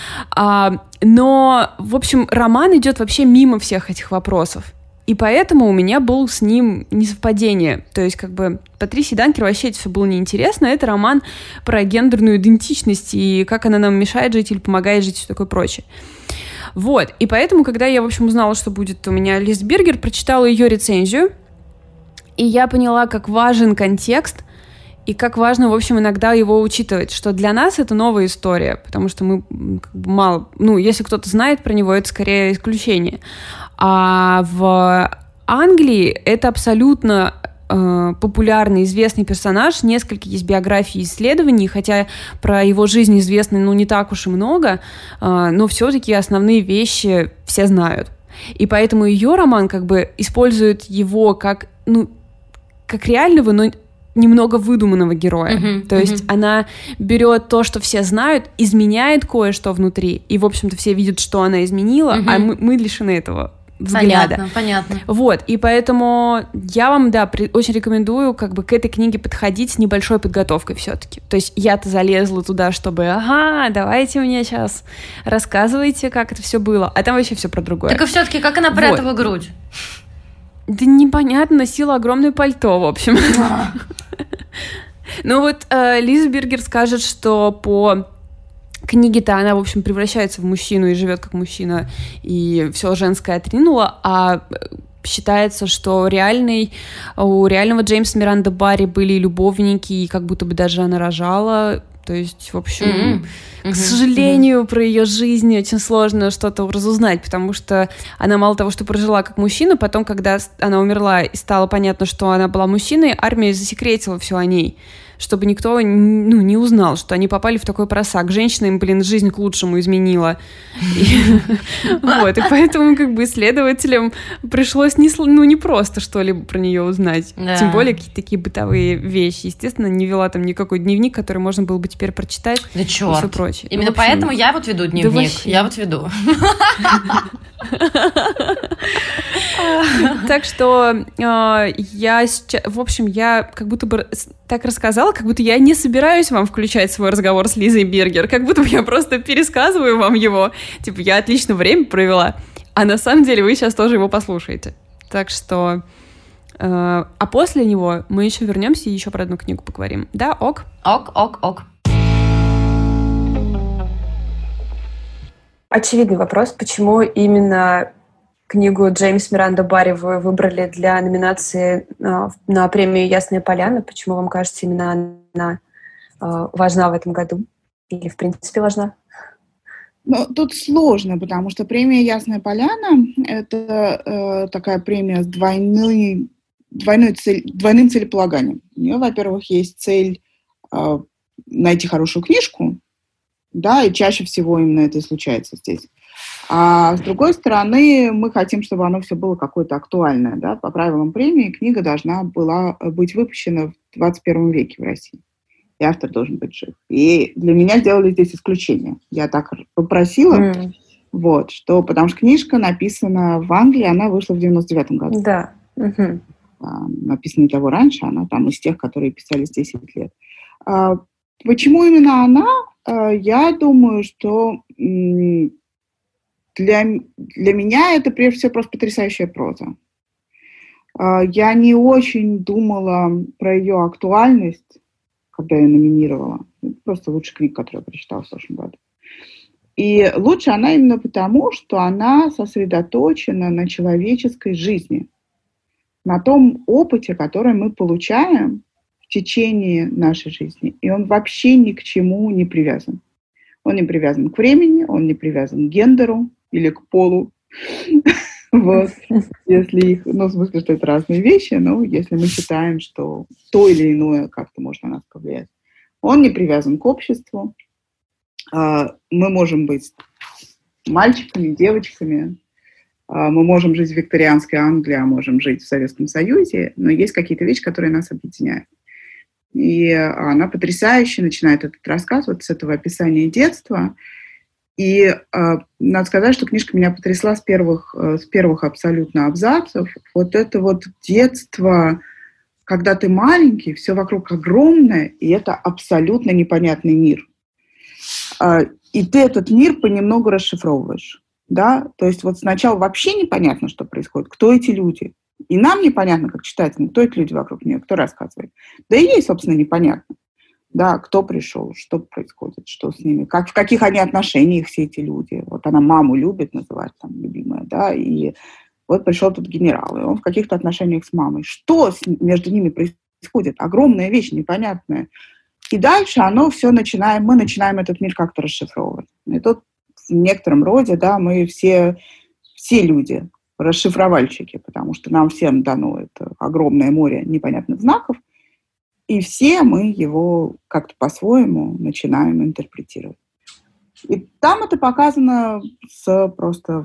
Но, в общем, роман идет вообще мимо всех этих вопросов. И поэтому у меня было с ним несовпадение. То есть, как бы, Патриси Данкер вообще это все было неинтересно. Это роман про гендерную идентичность и как она нам мешает жить или помогает жить и все такое прочее. Вот. И поэтому, когда я, в общем, узнала, что будет у меня Лиз Бергер, прочитала ее рецензию, и я поняла, как важен контекст, и как важно, в общем, иногда его учитывать, что для нас это новая история, потому что мы как бы мало... Ну, если кто-то знает про него, это скорее исключение. А в Англии это абсолютно популярный, известный персонаж, несколько есть биографий и исследований, хотя про его жизнь известно, не так уж и много, но все-таки основные вещи все знают. И поэтому ее роман как бы использует его как реального, но немного выдуманного героя. То есть она берет то, что все знают, изменяет кое-что внутри, и, в общем-то, все видят, что она изменила, а мы лишены этого взгляда. Понятно. Вот, и поэтому я вам, очень рекомендую как бы к этой книге подходить с небольшой подготовкой все-таки. То есть я-то залезла туда, чтобы, давайте мне сейчас рассказывайте, как это все было, а там вообще все про другое. Так и все-таки, как она прятала грудь? Да непонятно, носила огромное пальто, в общем. Ну вот Лиза Бергер скажет, что по книге-то она, в общем, превращается в мужчину и живет как мужчина, и все женское отринула, а считается, что у реального Джеймса Миранды Барри были любовники, и как будто бы даже она рожала. То есть, в общем, к сожалению, про ее жизнь очень сложно что-то разузнать, потому что она мало того, что прожила как мужчина, потом, когда она умерла и стало понятно, что она была мужчиной, армия засекретила все о ней, чтобы никто не узнал, что они попали в такой просак. Женщина им, жизнь к лучшему изменила. Вот, и поэтому как бы исследователям пришлось не просто что-либо про нее узнать. Тем более какие-то такие бытовые вещи. Естественно, не вела там никакой дневник, который можно было бы теперь прочитать. Да черт. И все прочее. Именно поэтому я вот веду дневник. Я вот веду. Так что я как будто бы так рассказала, как будто я не собираюсь вам включать свой разговор с Лизой Бергер, как будто бы я просто пересказываю вам его. Типа, я отлично время провела, а на самом деле вы сейчас тоже его послушаете. Так что... А после него мы еще вернемся и еще про одну книгу поговорим. Да, ок? Ок. Очевидный вопрос, почему именно книгу Джеймс Миранда Барри вы выбрали для номинации на премию «Ясная поляна». Почему вам кажется, именно она важна в этом году? Или, в принципе, важна? Ну, тут сложно, потому что премия «Ясная поляна» — это такая премия с двойным целеполаганием. У нее, во-первых, есть цель найти хорошую книжку, да, и чаще всего именно это и случается здесь. А с другой стороны, мы хотим, чтобы оно все было какое-то актуальное. Да? По правилам премии книга должна была быть выпущена в 21 веке в России. И автор должен быть жив. И для меня сделали здесь исключение. Я так попросила, Вот, потому что книжка написана в Англии, она вышла в 99-м году. Да. Угу. Написана того раньше, она там из тех, которые писались 10 лет. Почему именно она? Я думаю, что для меня это, прежде всего, просто потрясающая проза. Я не очень думала про ее актуальность, когда ее номинировала. Это просто лучшая книга, которую я прочитала в прошлом году. И лучше она именно потому, что она сосредоточена на человеческой жизни, на том опыте, который мы получаем в течение нашей жизни. И он вообще ни к чему не привязан. Он не привязан к времени, он не привязан к гендеру или к полу. Вот. Если их, в смысле, что это разные вещи, но если мы считаем, что то или иное как-то может на нас повлиять. Он не привязан к обществу. Мы можем быть мальчиками, девочками, мы можем жить в викторианской Англии, а можем жить в Советском Союзе, но есть какие-то вещи, которые нас объединяют. И она потрясающе начинает этот рассказ вот с этого описания детства. И надо сказать, что книжка меня потрясла с первых абсолютно абзацев. Вот это вот детство, когда ты маленький, все вокруг огромное, и это абсолютно непонятный мир. И ты этот мир понемногу расшифровываешь. Да? То есть вот сначала вообще непонятно, что происходит, кто эти люди. И нам непонятно, как читателям, кто эти люди вокруг нее, кто рассказывает. Да и ей, собственно, непонятно. Да, кто пришел, что происходит, что с ними, в каких они отношениях все эти люди. Вот она маму любит, называть там любимая, да, и вот пришел тут генерал, и он в каких-то отношениях с мамой. Что между ними происходит? Огромная вещь, непонятная. И дальше мы начинаем этот мир как-то расшифровывать. И тут в некотором роде, да, мы все люди, расшифровальщики, потому что нам всем дано это огромное море непонятных знаков, и все мы его как-то по-своему начинаем интерпретировать. И там это показано с просто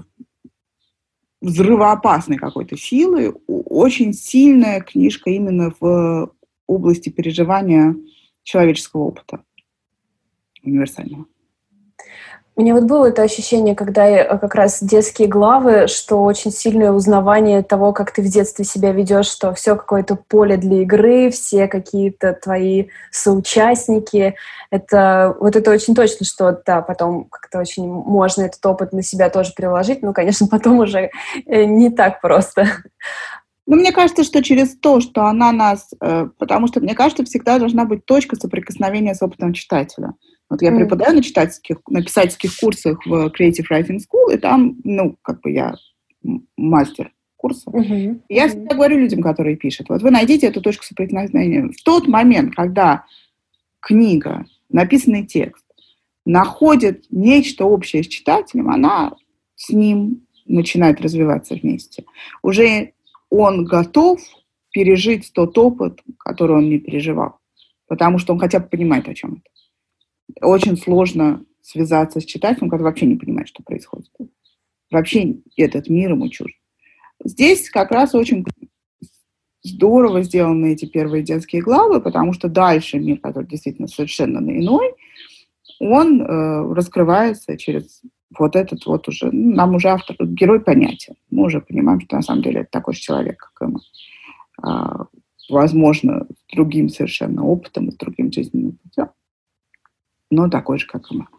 взрывоопасной какой-то силой. Очень сильная книжка именно в области переживания человеческого опыта универсального. У меня вот было это ощущение, когда как раз детские главы, что очень сильное узнавание того, как ты в детстве себя ведешь, что все какое-то поле для игры, все какие-то твои соучастники. Это очень точно, что да, потом как-то очень можно этот опыт на себя тоже переложить, но, конечно, потом уже не так просто. Мне кажется, что через то, что она нас... Потому что, мне кажется, всегда должна быть точка соприкосновения с опытом читателя. Вот я преподаю на писательских курсах в Creative Writing School, и там, я мастер курса. И я всегда говорю людям, которые пишут, вот вы найдите эту точку соприкосновения. В тот момент, когда книга, написанный текст, находит нечто общее с читателем, она с ним начинает развиваться вместе. Уже он готов пережить тот опыт, который он не переживал, потому что он хотя бы понимает, о чем это. Очень сложно связаться с читателем, который вообще не понимает, что происходит. Вообще этот мир ему чужд. Здесь как раз очень здорово сделаны эти первые детские главы, потому что дальше мир, который действительно совершенно иной, он раскрывается через вот этот вот уже, нам уже герой понятен. Мы уже понимаем, что на самом деле это такой же человек, как и мы. Возможно, с другим совершенно опытом и с другим жизненным путем, но такой же, как и мы.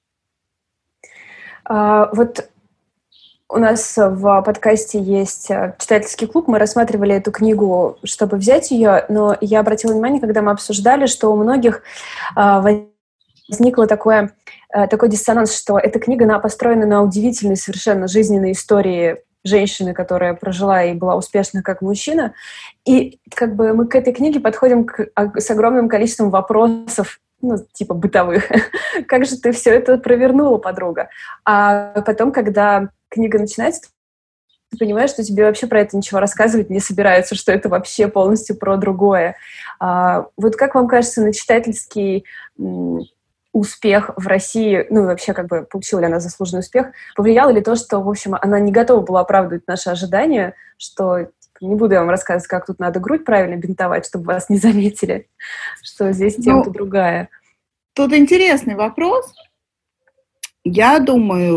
Вот у нас в подкасте есть читательский клуб, мы рассматривали эту книгу, чтобы взять ее, но я обратила внимание, когда мы обсуждали, что у многих возникло такой диссонанс, что эта книга, она построена на удивительной совершенно жизненной истории женщины, которая прожила и была успешна как мужчина. И мы к этой книге подходим с огромным количеством вопросов, типа бытовых. Как же ты все это провернула, подруга? А потом, когда книга начинается, ты понимаешь, что тебе вообще про это ничего рассказывать не собираются, что это вообще полностью про другое. Вот как вам кажется, на читательский успех в России, вообще получила ли она заслуженный успех, повлияло ли то, что, в общем, она не готова была оправдывать наши ожидания, что не буду я вам рассказывать, как тут надо грудь правильно бинтовать, чтобы вас не заметили, что здесь тема-то другая. Тут интересный вопрос. Я думаю,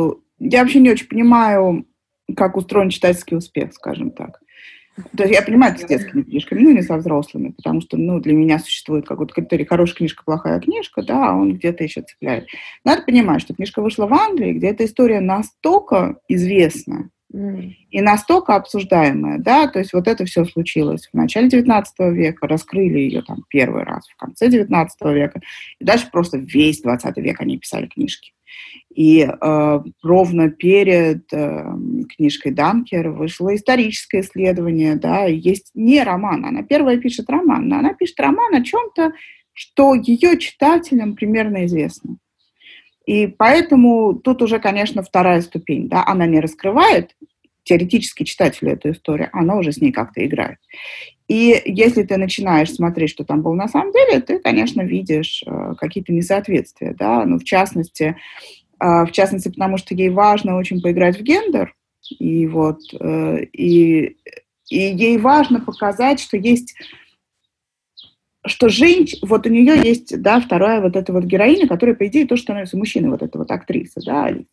я вообще не очень понимаю, как устроен читательский успех, скажем так. То есть я понимаю, это с детскими книжками, не со взрослыми, потому что, для меня существует какой-то критерий хорошая книжка, плохая книжка, да, а он где-то еще цепляет. Надо понимать, что книжка вышла в Англии, где эта история настолько известна и настолько обсуждаемая, да, то есть вот это все случилось в начале 19 века, раскрыли ее там первый раз в конце 19 века, и дальше просто весь 20 век они писали книжки. И ровно перед книжкой Данкер вышло историческое исследование, да, есть не роман, она первая пишет роман, но она пишет роман о чем-то, что ее читателям примерно известно. И поэтому тут уже, конечно, вторая ступень, да, она не раскрывает теоретически читателю эту историю, она уже с ней как-то играет. И если ты начинаешь смотреть, что там было на самом деле, ты, конечно, видишь какие-то несоответствия, да, в частности, потому что ей важно очень поиграть в гендер, и ей важно показать, что есть, что вот у нее есть, да, вторая вот эта вот героиня, которая, по идее, тоже становится мужчиной, вот эта вот актриса, да, Алиса.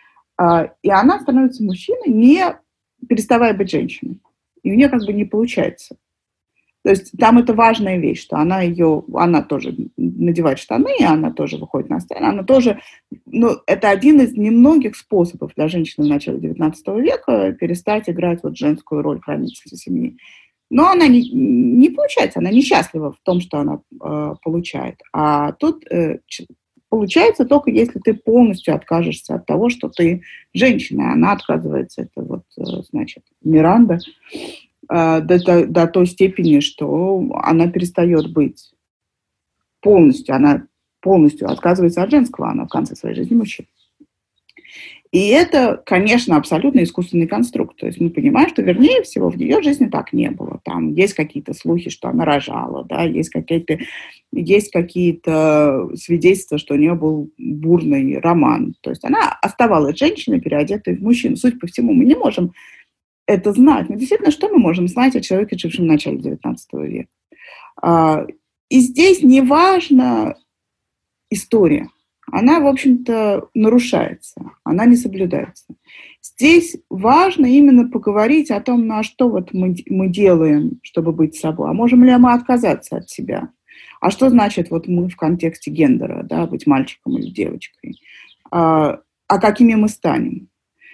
И она становится мужчиной, не переставая быть женщиной. И у нее как бы не получается. То есть там это важная вещь, что она тоже надевает штаны, она тоже выходит на сцену, она тоже, это один из немногих способов для женщины в начале 19 века перестать играть вот женскую роль хранительницы семьи. Но она не получается, она несчастлива в том, что она получает. А тут получается только если ты полностью откажешься от того, что ты женщина. Она отказывается, это вот, значит, Миранда, до той степени, что она перестает быть полностью, она полностью отказывается от женского, она в конце своей жизни мужчина. И это, конечно, абсолютно искусственный конструкт. То есть мы понимаем, что, вернее всего, в ее жизни так не было. Там есть какие-то слухи, что она рожала, да, есть какие-то свидетельства, что у нее был бурный роман. То есть она оставалась женщиной, переодетой в мужчину. Суть по всему, мы не можем это знать. Но действительно, что мы можем знать о человеке, жившем в начале XIX века? И здесь не важна история. Она, в общем-то, нарушается, она не соблюдается. Здесь важно именно поговорить о том, на что вот мы делаем, чтобы быть собой. А можем ли мы отказаться от себя? А что значит вот мы в контексте гендера, да, быть мальчиком или девочкой? А какими мы станем?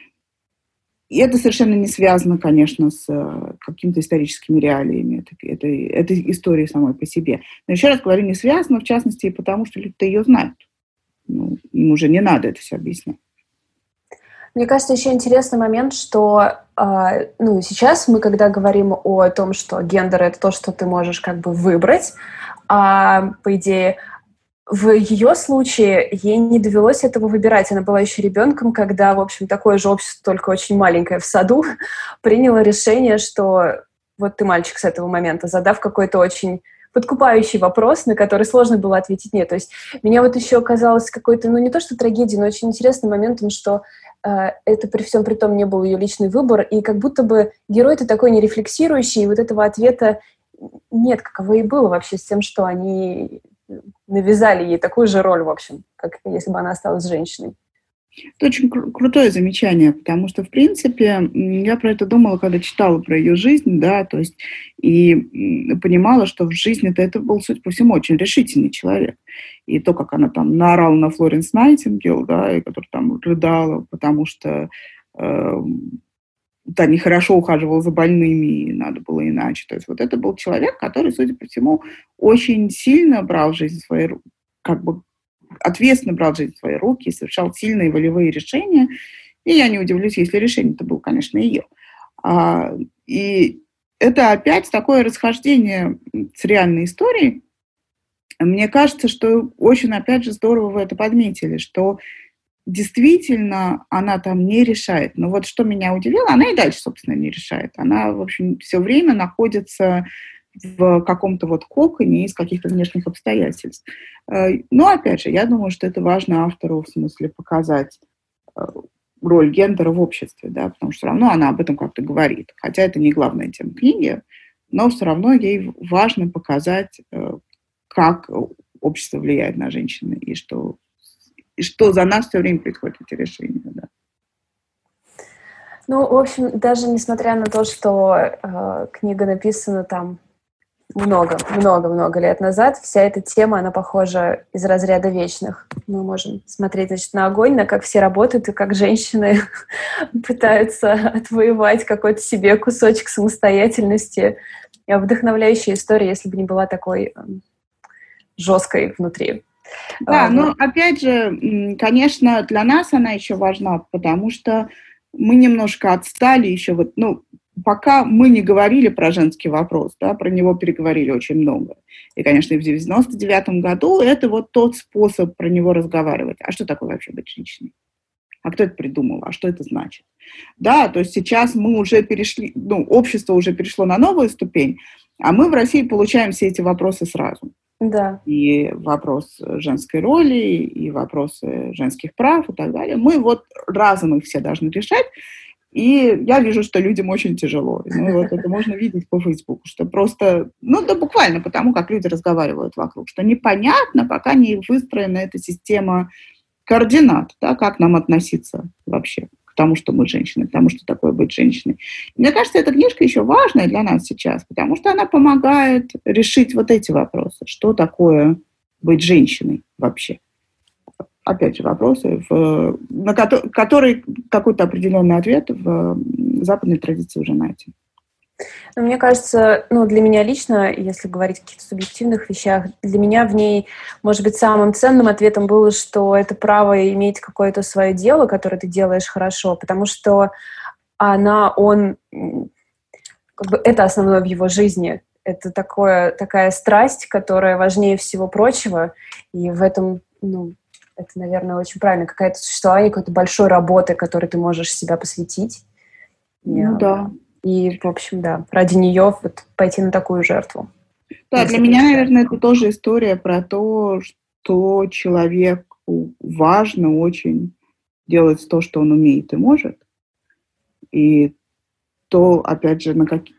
И это совершенно не связано, конечно, с какими-то историческими реалиями этой истории самой по себе. Но еще раз говорю, не связано, в частности, и потому, что люди-то ее знают. Им уже не надо это все объяснять. Мне кажется, еще интересный момент, что сейчас мы, когда говорим о том, что гендер — это то, что ты можешь как бы выбрать, по идее, в ее случае ей не довелось этого выбирать. Она была еще ребенком, когда, в общем, такое же общество, только очень маленькое в саду, приняло решение, что вот ты мальчик с этого момента, задав какой-то очень подкупающий вопрос, на который сложно было ответить «нет». То есть мне вот еще казалось какой-то, не то что трагедией, но очень интересным моментом, что это при всем при том не был ее личный выбор, и как будто бы герой-то такой нерефлексирующий, и вот этого ответа нет, каково и было вообще с тем, что они навязали ей такую же роль, в общем, как если бы она осталась женщиной. Это очень крутое замечание, потому что, в принципе, я про это думала, когда читала про ее жизнь, да, то есть, и понимала, что в жизни-то это был, судя по всему, очень решительный человек. И то, как она там наорала на Флоренс Найтингейл, да, и которая там рыдала, потому что та нехорошо ухаживала за больными, и надо было иначе. То есть вот это был человек, который, судя по всему, очень сильно брал жизнь в свои руки, ответственно брал жизнь в свои руки, совершал сильные волевые решения. И я не удивлюсь, если решение-то было, конечно, ее. И это опять такое расхождение с реальной историей. Мне кажется, что очень, опять же, здорово вы это подметили, что действительно она там не решает. Но вот что меня удивило, она и дальше, собственно, не решает. Она, в общем, все время находится в каком-то вот коконе из каких-то внешних обстоятельств. Но, опять же, я думаю, что это важно автору в смысле показать роль гендера в обществе, да, потому что все равно она об этом как-то говорит. Хотя это не главная тема книги, но все равно ей важно показать, как общество влияет на женщин, и что за нас все время происходят эти решения. Да. Ну, в общем, даже несмотря на то, что книга написана там много-много-много лет назад, вся эта тема, она похожа из разряда вечных. Мы можем смотреть, значит, на огонь, на как все работают, и как женщины пытаются отвоевать какой-то себе кусочек самостоятельности. Вдохновляющая история, если бы не была такой жесткой внутри. Да, но опять же, конечно, для нас она еще важна, потому что мы немножко отстали еще пока мы не говорили про женский вопрос, да, про него переговорили очень много. И, конечно, и в 99-м году это вот тот способ про него разговаривать. А что такое вообще быть женщиной? А кто это придумал? А что это значит? Да, то есть сейчас мы уже перешли, общество уже перешло на новую ступень, а мы в России получаем все эти вопросы сразу. Да. И вопрос женской роли, и вопросы женских прав и так далее. Мы вот разом их все должны решать. И я вижу, что людям очень тяжело. Вот это можно видеть по Фейсбуку, что просто, да буквально потому, как люди разговаривают вокруг, что непонятно, пока не выстроена эта система координат, да, как нам относиться вообще к тому, что мы женщины, к тому, что такое быть женщиной. Мне кажется, эта книжка еще важная для нас сейчас, потому что она помогает решить вот эти вопросы. Что такое быть женщиной вообще? Опять же, вопросы, на которые какой-то определенный ответ в западной традиции уже найден. Мне кажется, для меня лично, если говорить о каких-то субъективных вещах, для меня в ней, может быть, самым ценным ответом было, что это право иметь какое-то свое дело, которое ты делаешь хорошо, потому что это основное в его жизни. Это такая страсть, которая важнее всего прочего, и в этом, это, наверное, очень правильно. Какое-то существование какой-то большой работы, которой ты можешь себя посвятить. Да. И, в общем, да, ради нее пойти на такую жертву. Да, для меня, наверное, это тоже история про то, что человеку важно очень делать то, что он умеет и может. И то, опять же,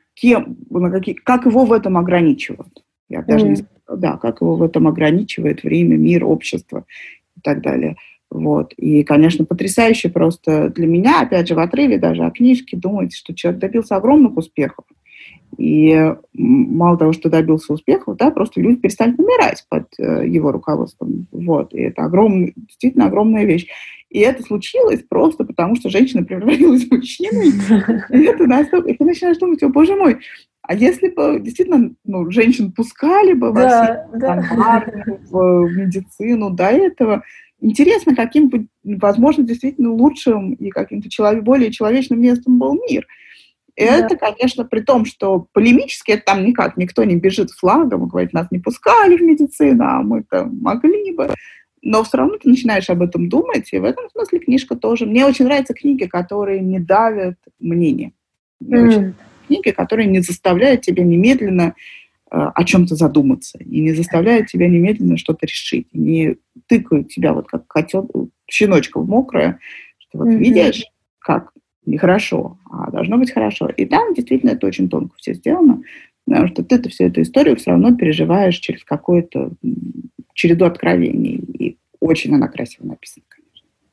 как его в этом ограничивают. Я даже не знаю, да, как его в этом ограничивает время, мир, общество и так далее. Вот. И, конечно, потрясающе просто для меня, опять же, в отрыве даже от книжки, думать, что человек добился огромных успехов. И мало того, что добился успехов, да, просто люди перестали умирать под его руководством. Вот. И это действительно огромная вещь. И это случилось просто потому, что женщина превратилась в мужчину. И это настолько... И ты начинаешь думать, о, боже мой, а если бы действительно женщин пускали бы во все армию, в медицину до этого, интересно, каким бы, возможно, действительно лучшим и каким-то более человечным местом был мир. И это, конечно, при том, что полемически это там никак, никто не бежит флагом и говорит, нас не пускали в медицину, а мы-то могли бы. Но все равно ты начинаешь об этом думать, и в этом смысле книжка тоже. Мне очень нравятся книги, которые не давят мнение. Мне очень нравятся книги, которые не заставляют тебя немедленно о чем-то задуматься, и не заставляют тебя немедленно что-то решить, и не тыкают тебя вот как щеночка в мокрое, что вот видишь, как нехорошо, а должно быть хорошо. И там действительно это очень тонко все сделано, потому что ты всю эту историю все равно переживаешь через какую-то череду откровений, и очень она красиво написана, конечно.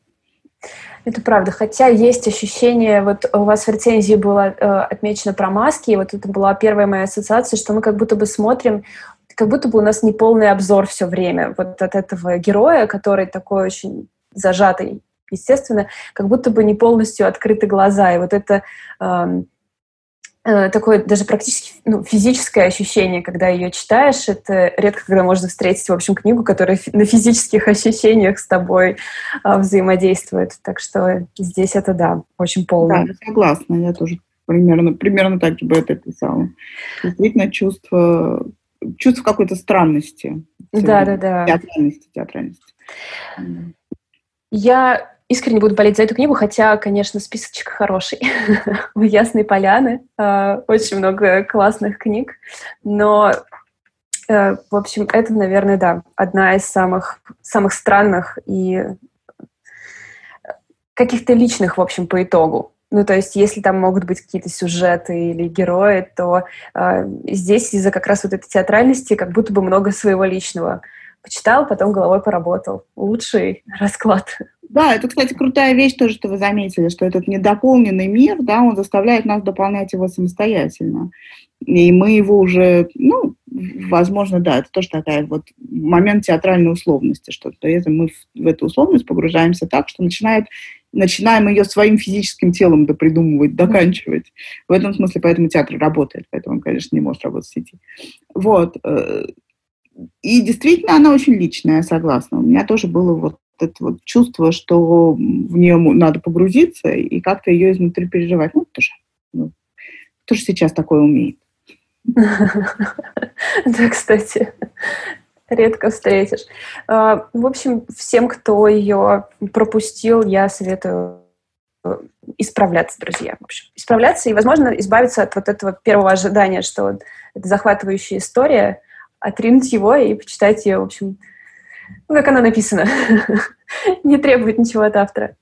Это правда, хотя есть ощущение, вот у вас в рецензии было отмечено про маски, и вот это была первая моя ассоциация, что мы как будто бы смотрим, как будто бы у нас неполный обзор все время вот от этого героя, который такой очень зажатый, естественно, как будто бы не полностью открыты глаза, и вот это такое даже практически физическое ощущение, когда ее читаешь, это редко когда можно встретить, в общем, книгу, которая на физических ощущениях с тобой взаимодействует. Так что здесь это, да, очень полно. Да, я согласна, я тоже примерно так же бы это писала. Действительно, чувство какой-то странности. Да. Театральности. Я искренне буду болеть за эту книгу, хотя, конечно, списочек хороший. У Ясной Поляны очень много классных книг, но, в общем, это, наверное, да, одна из самых странных и каких-то личных, в общем, по итогу. То есть, если там могут быть какие-то сюжеты или герои, то здесь из-за как раз вот этой театральности как будто бы много своего личного. Почитал, потом головой поработал. Лучший расклад Да, это, кстати, крутая вещь тоже, что вы заметили, что этот недополненный мир, да, он заставляет нас дополнять его самостоятельно. И мы его уже, возможно, да, это тоже такая вот момент театральной условности, что при этом мы в эту условность погружаемся так, что начинаем ее своим физическим телом допридумывать, доканчивать. В этом смысле поэтому театр работает, поэтому он, конечно, не может работать в сети. Вот. И действительно она очень личная, я согласна. У меня тоже было вот это вот чувство, что в нее надо погрузиться и как-то ее изнутри переживать. Кто же сейчас такое умеет? Да, кстати, редко встретишь. В общем, всем, кто ее пропустил, я советую исправляться, друзья. В общем, исправляться и, возможно, избавиться от вот этого первого ожидания, что это захватывающая история, отринуть его и почитать ее, в общем, как она написана. Не требует ничего от автора.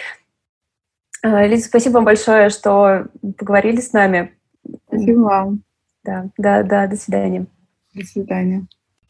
Лиза, спасибо вам большое, что поговорили с нами. Спасибо вам. Да, до свидания. До свидания.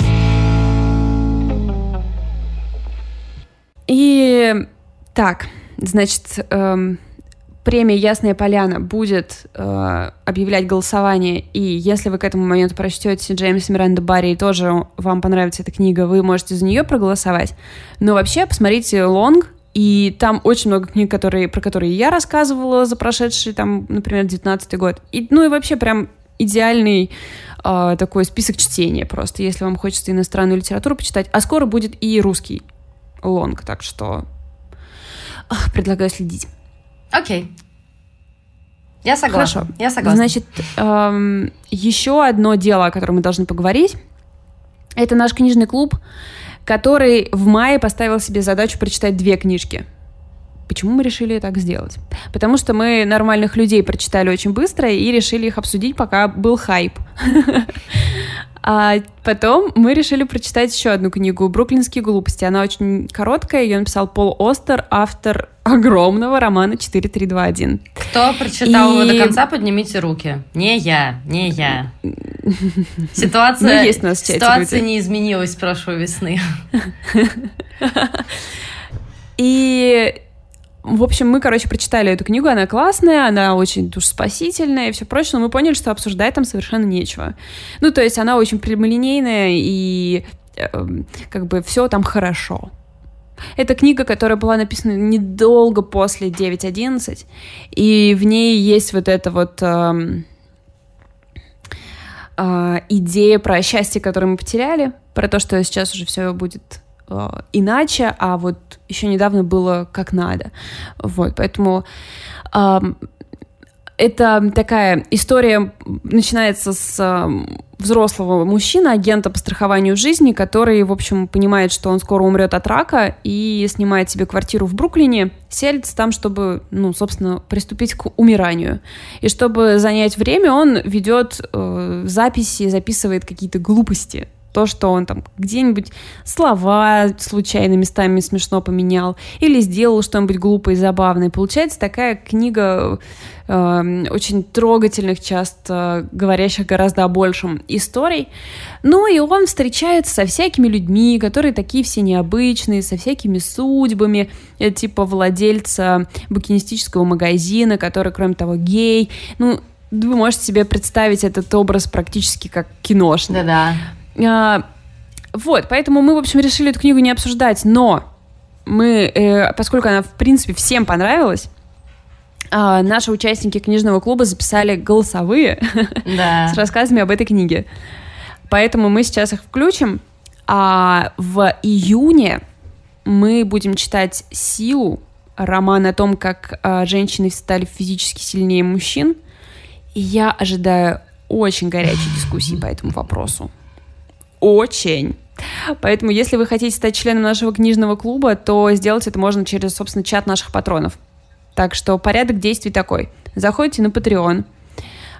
И так, значит, премия «Ясная поляна» будет объявлять голосование, и если вы к этому моменту прочтете Джеймса Миранду Барри и тоже вам понравится эта книга, вы можете за нее проголосовать. Но вообще, посмотрите «Лонг», и там очень много книг, про которые я рассказывала за прошедший, там, например, 19-й год. И вообще прям идеальный такой список чтения просто, если вам хочется иностранную литературу почитать. А скоро будет и русский «Лонг», так что предлагаю следить. Окей. Я согласна. Хорошо. Я согласна. Значит, еще одно дело, о котором мы должны поговорить, это наш книжный клуб, который в мае поставил себе задачу прочитать 2 книжки. Почему мы решили так сделать? Потому что мы нормальных людей прочитали очень быстро и решили их обсудить, пока был хайп. А потом мы решили прочитать еще одну книгу «Бруклинские глупости». Она очень короткая, ее написал Пол Остер, автор огромного романа «4-3-2-1». Кто прочитал его до конца, поднимите руки. Не я. Ситуация не изменилась с прошлой весны. И... В общем, мы, прочитали эту книгу, она классная, она очень душеспасительная и все прочее, но мы поняли, что обсуждать там совершенно нечего. То есть она очень прямолинейная, и все там хорошо. Это книга, которая была написана недолго после 9.11, и в ней есть вот эта вот идея про счастье, которое мы потеряли, про то, что сейчас уже все будет иначе, а вот еще недавно было как надо. Вот, поэтому это такая история начинается с взрослого мужчины, агента по страхованию жизни, который, в общем, понимает, что он скоро умрет от рака и снимает себе квартиру в Бруклине, селится там, чтобы, собственно, приступить к умиранию. И чтобы занять время, он ведет записи, записывает какие-то глупости. То, что он там где-нибудь слова случайно местами смешно поменял или сделал что-нибудь глупое и забавное. Получается такая книга очень трогательных, часто говорящих гораздо о большем историй. И он встречается со всякими людьми, которые такие все необычные, со всякими судьбами, типа владельца букинистического магазина, который, кроме того, гей. Вы можете себе представить этот образ практически как киношный. Да-да. Вот, поэтому мы, в общем, решили эту книгу не обсуждать, но мы, поскольку она, в принципе, всем понравилась, наши участники книжного клуба записали голосовые с рассказами об этой книге. Поэтому мы сейчас их включим, а в июне мы будем читать «Силу», роман о том, как женщины стали физически сильнее мужчин, и я ожидаю очень горячей дискуссии по этому вопросу. Очень. Поэтому, если вы хотите стать членом нашего книжного клуба, то сделать это можно через, собственно, чат наших патронов. Так что порядок действий такой. Заходите на Patreon,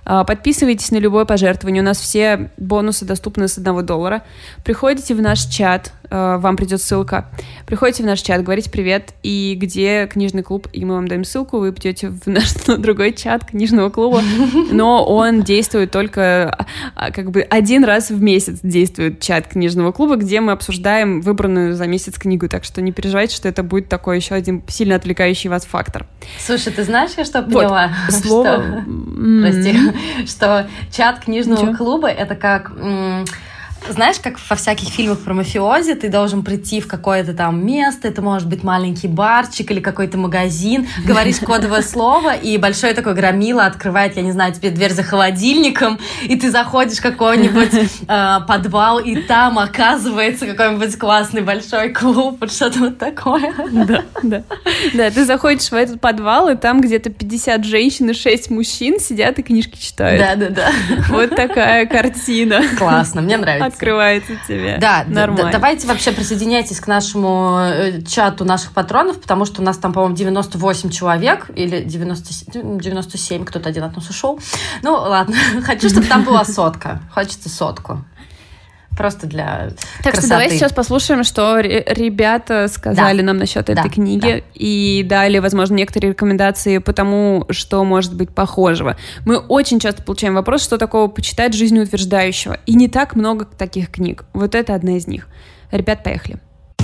Подписывайтесь на любое пожертвование. У нас все бонусы доступны с $1. Приходите в наш чат, вам придет ссылка. Приходите в наш чат, говорите привет, и где книжный клуб, и мы вам даем ссылку, вы придете в наш другой чат книжного клуба, но он действует только как бы один раз в месяц действует чат книжного клуба, где мы обсуждаем выбранную за месяц книгу, так что не переживайте, что это будет такой еще один сильно отвлекающий вас фактор. Слушай, ты знаешь, я что поняла? Слово... Прости, что чат книжного клуба — это как... Знаешь, как во всяких фильмах про мафиози, ты должен прийти в какое-то там место, это может быть маленький барчик или какой-то магазин, говоришь кодовое слово, и большой такой громила открывает, я не знаю, тебе дверь за холодильником, и ты заходишь в какой-нибудь подвал, и там оказывается какой-нибудь классный большой клуб, вот что-то вот такое. Да, ты заходишь в этот подвал, и там где-то 50 женщин и 6 мужчин сидят и книжки читают. Да. Вот такая картина. Классно, мне нравится. Открывается тебе. Да, нормально. Давайте вообще присоединяйтесь к нашему чату наших патронов, потому что у нас там, по-моему, 98 человек, или 97, кто-то один от нас ушел. Ну, ладно, хочу, чтобы там была 100. Хочется 100. Просто для так красоты. Что давай сейчас послушаем, что ребята сказали нам насчет этой книги. И дали, возможно, некоторые рекомендации по тому, что может быть похожего. Мы очень часто получаем вопрос, что такого почитать жизнеутверждающего. И не так много таких книг. Вот это одна из них. Ребят, поехали.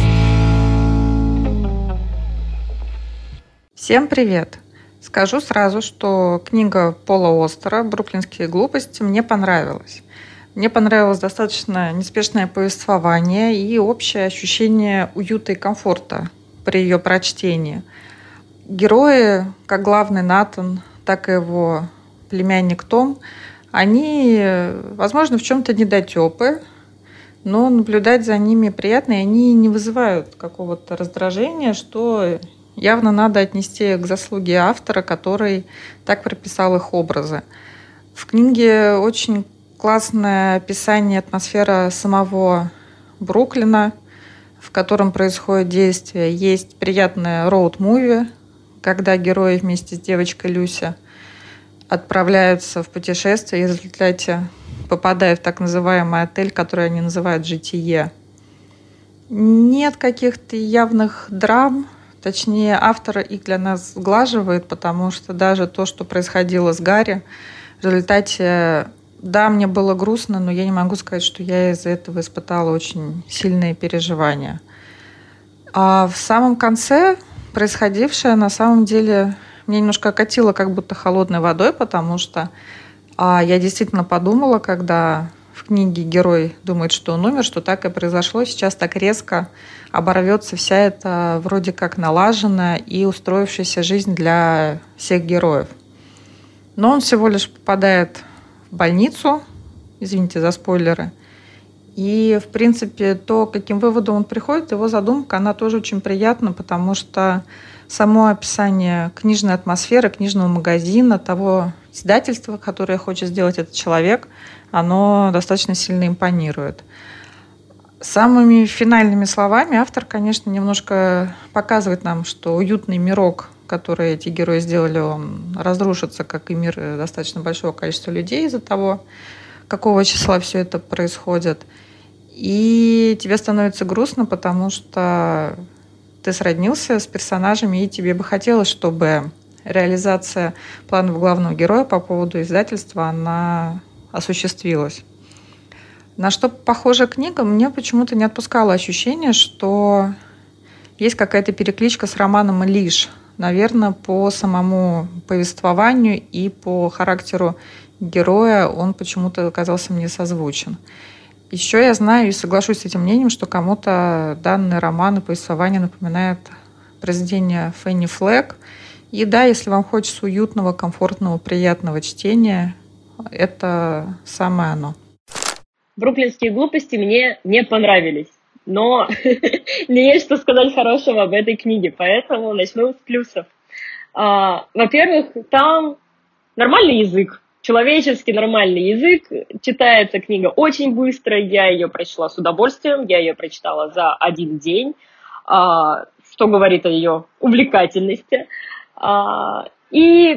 Всем привет! Скажу сразу, что книга Пола Остера «Бруклинские глупости» мне понравилась. Мне понравилось достаточно неспешное повествование и общее ощущение уюта и комфорта при ее прочтении. Герои, как главный Натан, так и его племянник Том, они, возможно, в чем-то недотепы, но наблюдать за ними приятно, и они не вызывают какого-то раздражения, что явно надо отнести к заслуге автора, который так прописал их образы. В книге очень классное описание атмосферы самого Бруклина, в котором происходит действие. Есть приятное роуд-муви, когда герои вместе с девочкой Люся отправляются в путешествие и в результате попадают в так называемый отель, который они называют «Житие». Нет каких-то явных драм, точнее, автор их для нас сглаживает, потому что даже то, что происходило с Гарри, в результате... Да, мне было грустно, но я не могу сказать, что я из-за этого испытала очень сильные переживания. А в самом конце происходившее на самом деле меня немножко окатило как будто холодной водой, потому что я действительно подумала, когда в книге герой думает, что он умер, что так и произошло. Сейчас так резко оборвется вся эта вроде как налаженная и устроившаяся жизнь для всех героев. Но он всего лишь попадает в больницу, извините за спойлеры. И, в принципе, то, к каким выводам он приходит, его задумка, она тоже очень приятна, потому что само описание книжной атмосферы, книжного магазина, того издательства, которое хочет сделать этот человек, оно достаточно сильно импонирует. Самыми финальными словами автор, конечно, немножко показывает нам, что уютный мирок, который эти герои сделали, он разрушится, как и мир достаточно большого количества людей из-за того, какого числа все это происходит. И тебе становится грустно, потому что ты сроднился с персонажами, и тебе бы хотелось, чтобы реализация планов главного героя по поводу издательства, она осуществилась. На что похожа книга, мне почему-то не отпускало ощущение, что есть какая-то перекличка с романом «Лиш». Наверное, по самому повествованию и по характеру героя он почему-то оказался мне созвучен. Еще я знаю и соглашусь с этим мнением, что кому-то данный роман и повествование напоминает произведение Фенни Флэг. И да, если вам хочется уютного, комфортного, приятного чтения, это самое оно. «Бруклинские глупости» мне не понравились, но мне есть что сказать хорошего об этой книге, поэтому начну с плюсов. Во-первых, там нормальный язык, человеческий нормальный язык, читается книга очень быстро, я ее прочла с удовольствием, я ее прочитала за один день, что говорит о ее увлекательности. И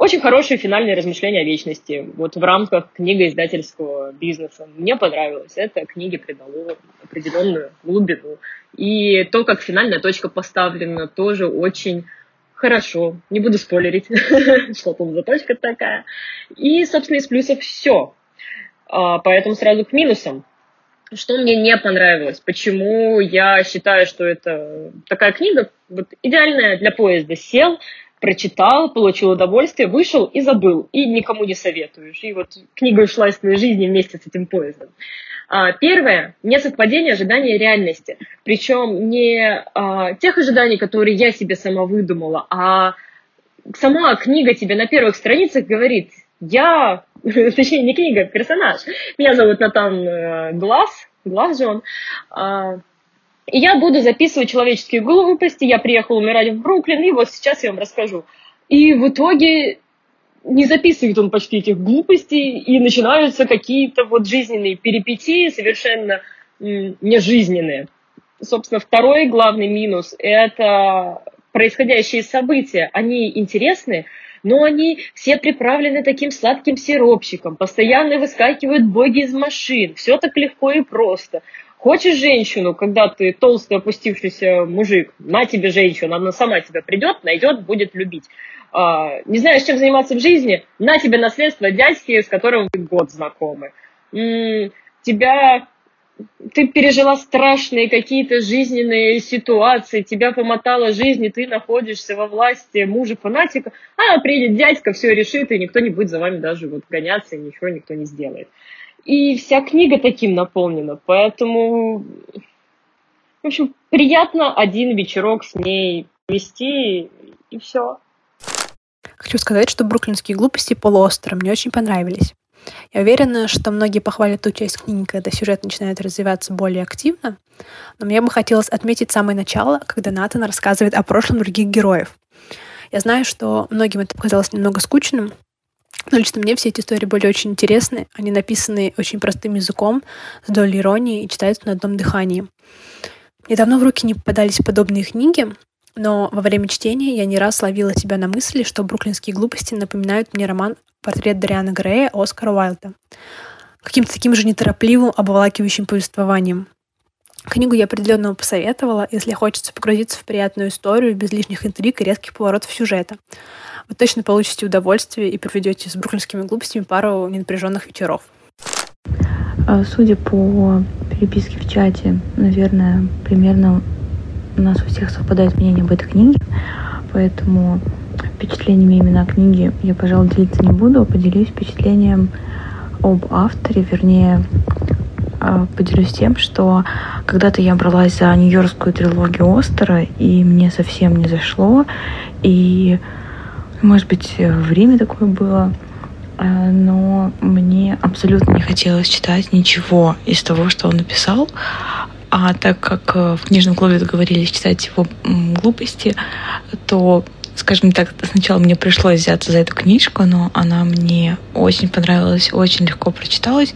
Очень хорошие финальные размышления о вечности. Вот в рамках книгоиздательского бизнеса. Мне понравилось. Это книге придало определенную глубину. И то, как финальная точка поставлена, тоже очень хорошо. Не буду спойлерить, что там за точка такая. И, собственно, из плюсов все. Поэтому сразу к минусам. Что мне не понравилось? Почему я считаю, что это такая книга вот, идеальная для поезда. Сел, прочитал, получил удовольствие, вышел и забыл. И никому не советуешь. И вот книга ушла из твоей жизни вместе с этим поездом. Первое, несовпадение ожиданий и реальности. Причем не тех ожиданий, которые я себе сама выдумала, а сама книга тебе на первых страницах говорит, точнее не книга, персонаж. Меня зовут Натан Глаз же он. И я буду записывать человеческие глупости. Я приехала умирать в Бруклин, и вот сейчас я вам расскажу. И в итоге не записывает он почти этих глупостей, и начинаются какие-то вот жизненные перипетии, совершенно нежизненные. Собственно, второй главный минус – это происходящие события. Они интересны, но они все приправлены таким сладким сиропчиком, постоянно выскакивают боги из машин, все так легко и просто. Хочешь женщину, когда ты толстый опустившийся мужик, на тебе женщину, она сама тебя придет, найдет, будет любить. Не знаешь, чем заниматься в жизни, на тебе наследство дядьки, с которым вы год знакомы. Ты пережила страшные какие-то жизненные ситуации, тебя помотала жизнь, и ты находишься во власти мужа-фанатика, приедет дядька, все решит, и никто не будет за вами даже вот гоняться, и ничего никто не сделает. И вся книга таким наполнена, поэтому, в общем, приятно один вечерок с ней провести, и все. Хочу сказать, что «Бруклинские глупости» Пола Остера мне очень понравились. Я уверена, что многие похвалят ту часть книги, когда сюжет начинает развиваться более активно, но мне бы хотелось отметить самое начало, когда Натан рассказывает о прошлом других героев. Я знаю, что многим это показалось немного скучным, но лично мне все эти истории были очень интересны, они написаны очень простым языком, с долей иронии и читаются на одном дыхании. Мне давно в руки не попадались подобные книги, но во время чтения я не раз ловила себя на мысли, что «Бруклинские глупости» напоминают мне роман «Портрет Дориана Грея» Оскара Уайльда. Каким-то таким же неторопливым, обволакивающим повествованием. Книгу я определенно посоветовала, если хочется погрузиться в приятную историю без лишних интриг и резких поворотов сюжета. Вы точно получите удовольствие и проведете с «Бруклинскими глупостями» пару ненапряженных вечеров. Судя по переписке в чате, наверное, примерно у нас у всех совпадает мнение об этой книге, поэтому впечатлениями именно о книге я, пожалуй, делиться не буду, поделюсь впечатлением об авторе, вернее, поделюсь тем, что когда-то я бралась за нью-йоркскую трилогию Остера, и мне совсем не зашло, и, может быть, время такое было, но мне абсолютно не хотелось читать ничего из того, что он написал. А так как в книжном клубе договорились читать его глупости, то, скажем так, сначала мне пришлось взяться за эту книжку, но она мне очень понравилась, очень легко прочиталась.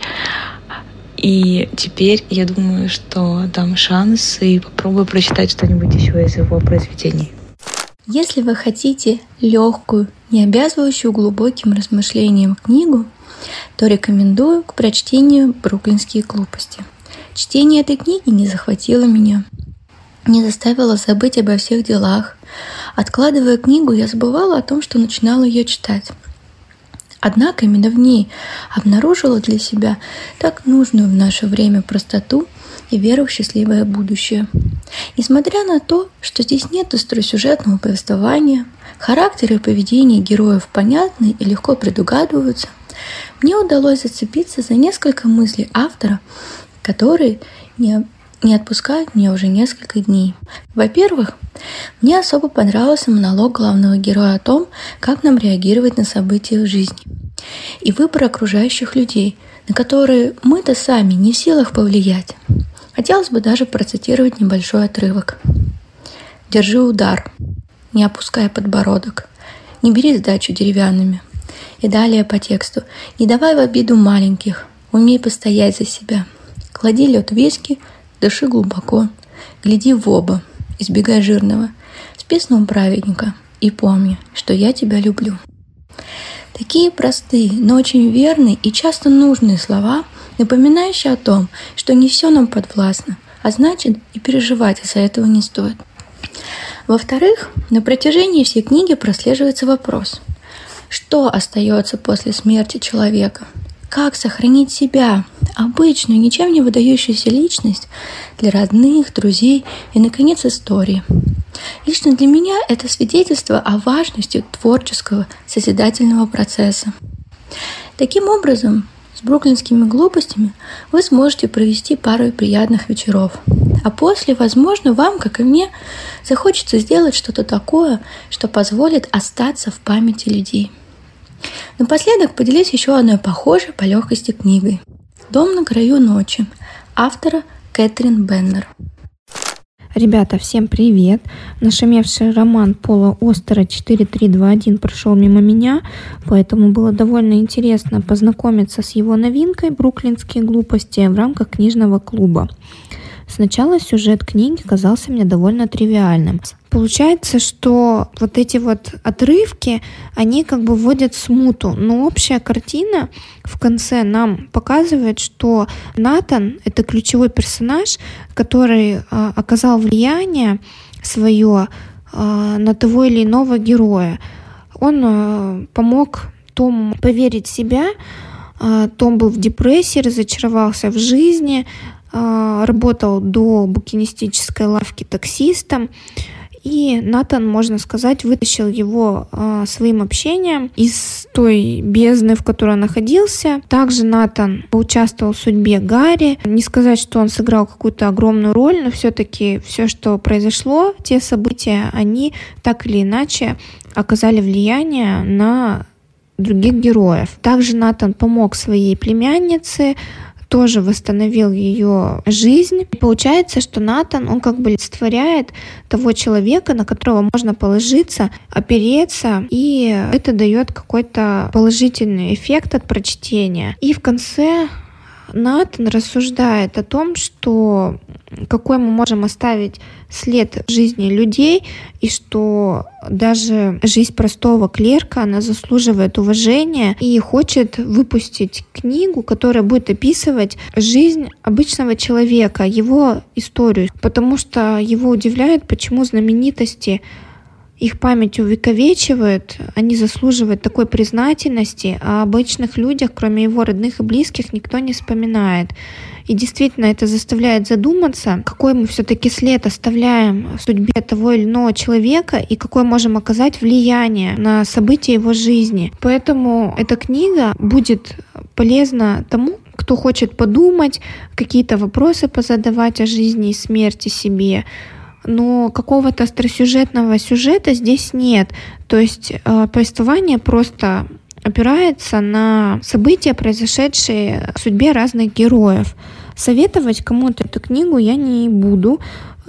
И теперь я думаю, что дам шанс и попробую прочитать что-нибудь еще из его произведений. Если вы хотите легкую, не обязывающую глубоким размышлениям книгу, то рекомендую к прочтению «Бруклинские глупости». Чтение этой книги не захватило меня, не заставило забыть обо всех делах. Откладывая книгу, я забывала о том, что начинала ее читать. Однако именно в ней обнаружила для себя так нужную в наше время простоту и веру в счастливое будущее. Несмотря на то, что здесь нет остросюжетного повествования, характеры и поведение героев понятны и легко предугадываются, мне удалось зацепиться за несколько мыслей автора, которые не отпускают меня уже несколько дней. Во-первых, мне особо понравился монолог главного героя о том, как нам реагировать на события в жизни, и выбор окружающих людей, на которые мы-то сами не в силах повлиять. Хотелось бы даже процитировать небольшой отрывок. «Держи удар, не опускай подбородок, не бери сдачу деревянными». И далее по тексту. «Не давай в обиду маленьких, умей постоять за себя. Клади лед в виски, дыши глубоко, гляди в оба, избегай жирного, спи сном праведника и помни, что я тебя люблю». Такие простые, но очень верные и часто нужные слова, напоминающие о том, что не все нам подвластно, а значит и переживать из-за этого не стоит. Во-вторых, на протяжении всей книги прослеживается вопрос: что остается после смерти человека? Как сохранить себя, обычную, ничем не выдающуюся личность для родных, друзей и, наконец, истории? Лично для меня это свидетельство о важности творческого, созидательного процесса. Таким образом, с бруклинскими глупостями вы сможете провести пару приятных вечеров. А после, возможно, вам, как и мне, захочется сделать что-то такое, что позволит остаться в памяти людей. Напоследок поделюсь еще одной похожей по легкости книгой «Дом на краю ночи» автора Кэтрин Беннер. Ребята, всем привет! Нашумевший роман Пола Остера 4321 прошел мимо меня, поэтому было довольно интересно познакомиться с его новинкой «Бруклинские глупости» в рамках книжного клуба. Сначала сюжет книги казался мне довольно тривиальным. Получается, что вот эти вот отрывки, они как бы вводят в смуту, но общая картина в конце нам показывает, что Натан — это ключевой персонаж, который оказал влияние свое на того или иного героя. Он помог Тому поверить в себя, Том был в депрессии, разочаровался в жизни, работал до букинистической лавки таксистом, и Натан, можно сказать, вытащил его своим общением из той бездны, в которой он находился. Также Натан поучаствовал в судьбе Гарри. Не сказать, что он сыграл какую-то огромную роль, но все-таки все, что произошло, те события, они так или иначе оказали влияние на других героев. Также Натан помог своей племяннице, тоже восстановил ее жизнь. И получается, что Натан, он как бы олицетворяет того человека, на которого можно положиться, опереться, и это дает какой-то положительный эффект от прочтения. И в конце Натан рассуждает о том, что какой мы можем оставить след в жизни людей, и что даже жизнь простого клерка, она заслуживает уважения, и хочет выпустить книгу, которая будет описывать жизнь обычного человека, его историю, потому что его удивляет, почему знаменитости их память увековечивают, они заслуживают такой признательности, а обычных людях, кроме его родных и близких, никто не вспоминает. И действительно это заставляет задуматься, какой мы все-таки след оставляем в судьбе того или иного человека и какое можем оказать влияние на события его жизни. Поэтому эта книга будет полезна тому, кто хочет подумать, какие-то вопросы позадавать о жизни и смерти себе. Но какого-то остросюжетного сюжета здесь нет. То есть повествование просто опирается на события, произошедшие в судьбе разных героев. Советовать кому-то эту книгу я не буду,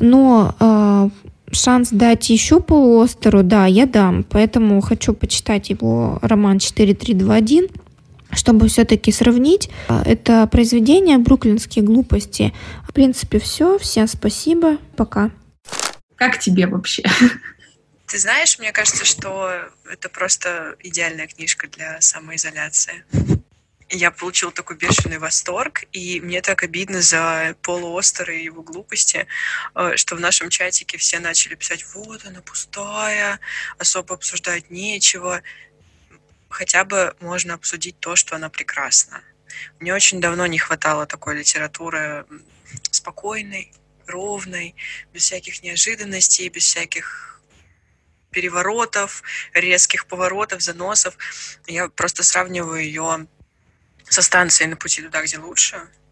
но шанс дать еще Полу Остеру, да, я дам. Поэтому хочу почитать его роман 4321, чтобы все-таки сравнить. Это произведение «Бруклинские глупости». В принципе, все. Всем спасибо. Пока. Как тебе вообще? Ты знаешь, мне кажется, что это просто идеальная книжка для самоизоляции. Я получила такой бешеный восторг, и мне так обидно за Пола Остера и его глупости, что в нашем чатике все начали писать: вот она пустая, особо обсуждать нечего. Хотя бы можно обсудить то, что она прекрасна. Мне очень давно не хватало такой литературы спокойной, ровной, без всяких неожиданностей, без всяких переворотов, резких поворотов, заносов. Я просто сравниваю ее со станцией «На пути туда, где лучше».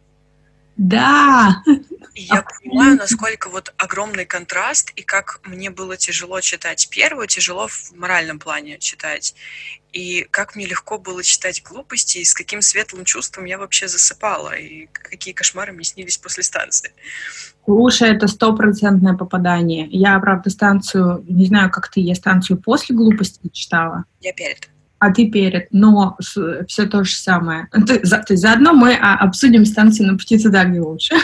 Да! И я понимаю, насколько вот огромный контраст, и как мне было тяжело читать первую, тяжело в моральном плане читать, и как мне легко было читать глупости, и с каким светлым чувством я вообще засыпала, и какие кошмары мне снились после станции. Слушай, это 100% попадание. Я, правда, станцию, не знаю, как ты, я станцию после глупости читала. Я перед. А ты перед, но все то же самое. То есть заодно мы обсудим станцию «На пути туда, где лучше».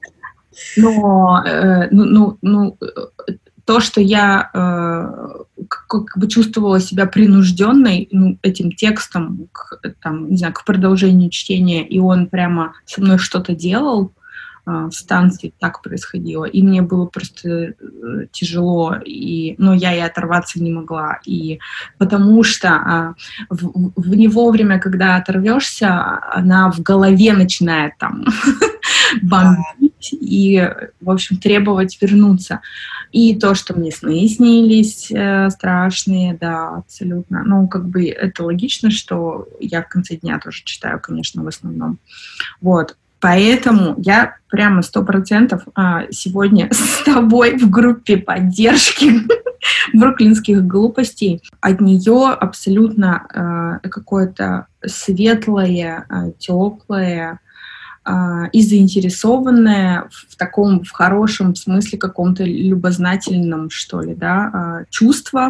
Но то, что я как бы чувствовала себя принужденной этим текстом не знаю, к продолжению чтения, и он прямо со мной что-то делал. В станции так происходило, и мне было просто тяжело, но я и оторваться не могла, и потому что в не вовремя, когда оторвешься, она в голове начинает там бомбить и, в общем, требовать вернуться. И то, что мне сны снились страшные, да, абсолютно. Ну, как бы это логично, что я в конце дня тоже читаю, конечно, в основном. Вот. Поэтому я прямо 100% сегодня с тобой в группе поддержки бруклинских глупостей. От нее абсолютно какое-то светлое, теплое и заинтересованное в хорошем смысле, каком-то любознательном, что ли, да, чувство.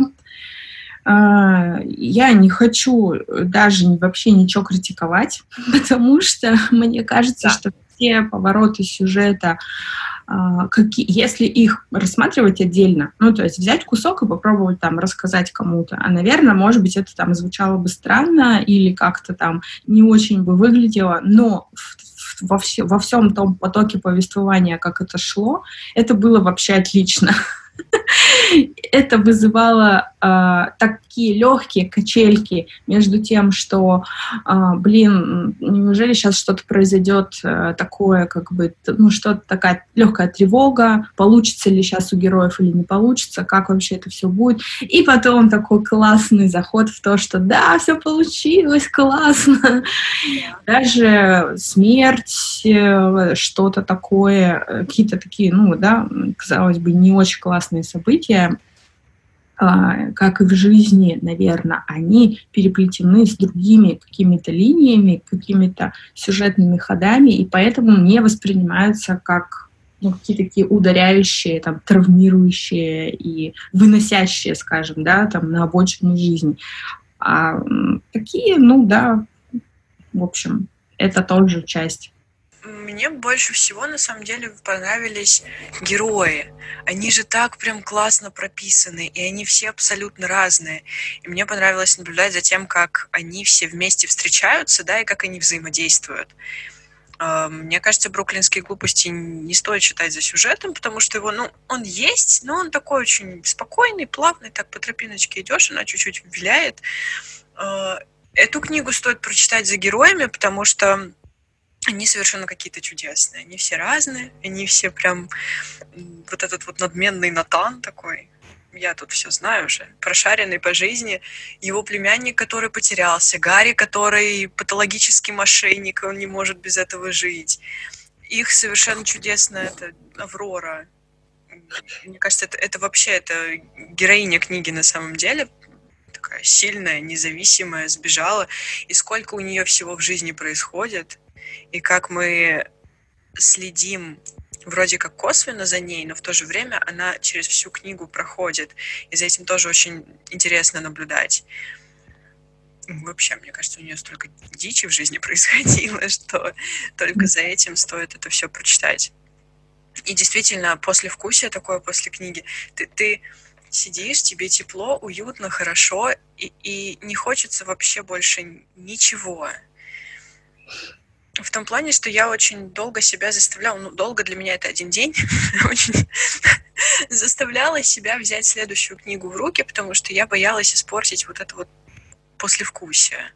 Я не хочу даже вообще ничего критиковать, потому что мне кажется, что все повороты сюжета, если их рассматривать отдельно, ну, то есть взять кусок и попробовать там рассказать кому-то, наверное, может быть, это там звучало бы странно или как-то там не очень бы выглядело, но во всем том потоке повествования, как это шло, это было вообще отлично. Это вызывало такие легкие качельки между тем, что, неужели сейчас что-то произойдет такое, как бы, что-то такая легкая тревога, получится ли сейчас у героев или не получится, как вообще это все будет. И потом такой классный заход в то, что да, все получилось, классно. Даже смерть, что-то такое, какие-то такие, казалось бы, не очень классные события, как и в жизни, наверное, они переплетены с другими какими-то линиями, какими-то сюжетными ходами, и поэтому не воспринимаются как какие-то такие ударяющие, там, травмирующие и выносящие, скажем, да, там, на обочину жизни. А такие, в общем, это тоже часть. Мне больше всего, на самом деле, понравились герои. Они же так прям классно прописаны, и они все абсолютно разные. И мне понравилось наблюдать за тем, как они все вместе встречаются, да, и как они взаимодействуют. Мне кажется, «Бруклинские глупости» не стоит читать за сюжетом, потому что его, он есть, но он такой очень спокойный, плавный, так по тропиночке идешь, она чуть-чуть виляет. Эту книгу стоит прочитать за героями, потому что они совершенно какие-то чудесные. Они все разные, они все прям вот этот вот надменный Натан такой. Я тут все знаю уже. Прошаренный по жизни. Его племянник, который потерялся. Гарри, который патологический мошенник, он не может без этого жить. Их совершенно чудесная это Аврора. Мне кажется, это вообще это героиня книги на самом деле. Такая сильная, независимая, сбежала. И сколько у нее всего в жизни происходит. И как мы следим вроде как косвенно за ней, но в то же время она через всю книгу проходит. И за этим тоже очень интересно наблюдать. Вообще, мне кажется, у нее столько дичи в жизни происходило, что только за этим стоит это все прочитать. И действительно, послевкусие такое после книги. Ты сидишь, тебе тепло, уютно, хорошо, и не хочется вообще больше ничего. В том плане, что я очень долго себя заставляла, долго для меня это один день, очень заставляла себя взять следующую книгу в руки, потому что я боялась испортить вот это вот послевкусие.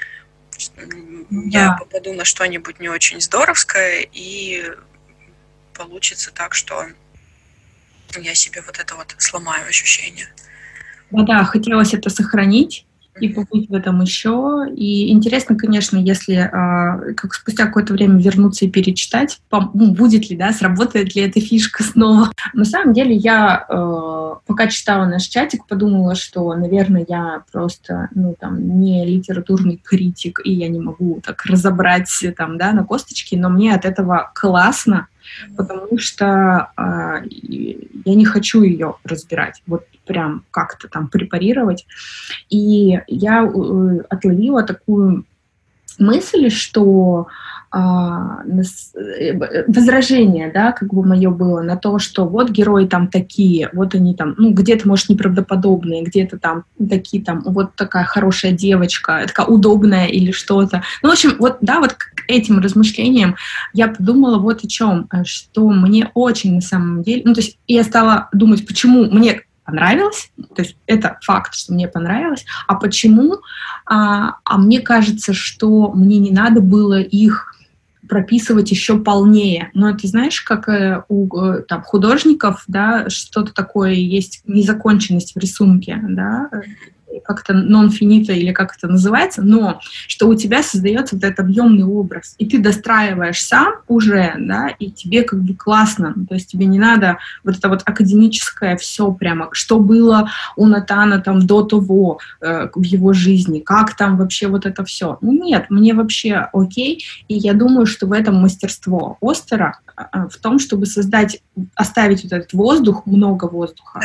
Я попаду на что-нибудь не очень здоровское, и получится так, что я себе вот это вот сломаю ощущение. Да, хотелось это сохранить и побыть в этом еще. И интересно, конечно, если как спустя какое-то время вернуться и перечитать, будет ли, да, сработает ли эта фишка снова. На самом деле я, пока читала наш чатик, подумала, что, наверное, я просто, не литературный критик, и я не могу так разобрать там, да, на косточки, но мне от этого классно, потому что я не хочу ее разбирать, вот прям как-то там препарировать. И я отловила такую мысль, что возражение, да, как бы мое было на то, что вот герои там такие, вот они там, ну, где-то, может, неправдоподобные, где-то там такие там, вот такая хорошая девочка, такая удобная или что-то. Ну, в общем, вот, да, вот к этим размышлениям я подумала вот о чем, что мне очень на самом деле, ну, то есть я стала думать, почему мне понравилось, то есть это факт, что мне понравилось, а почему? Мне кажется, что мне не надо было их прописывать еще полнее. Но это, знаешь, как у там, художников, да, что-то такое есть, незаконченность в рисунке, да, как-то non-finito или как это называется, но что у тебя создается вот этот объемный образ, и ты достраиваешь сам уже, да, и тебе как бы классно, то есть тебе не надо вот это вот академическое все прямо, что было у Натана там до того в его жизни, как там вообще вот это все. Нет, мне вообще окей, и я думаю, что в этом мастерство Остера, в том, чтобы оставить вот этот воздух, много воздуха,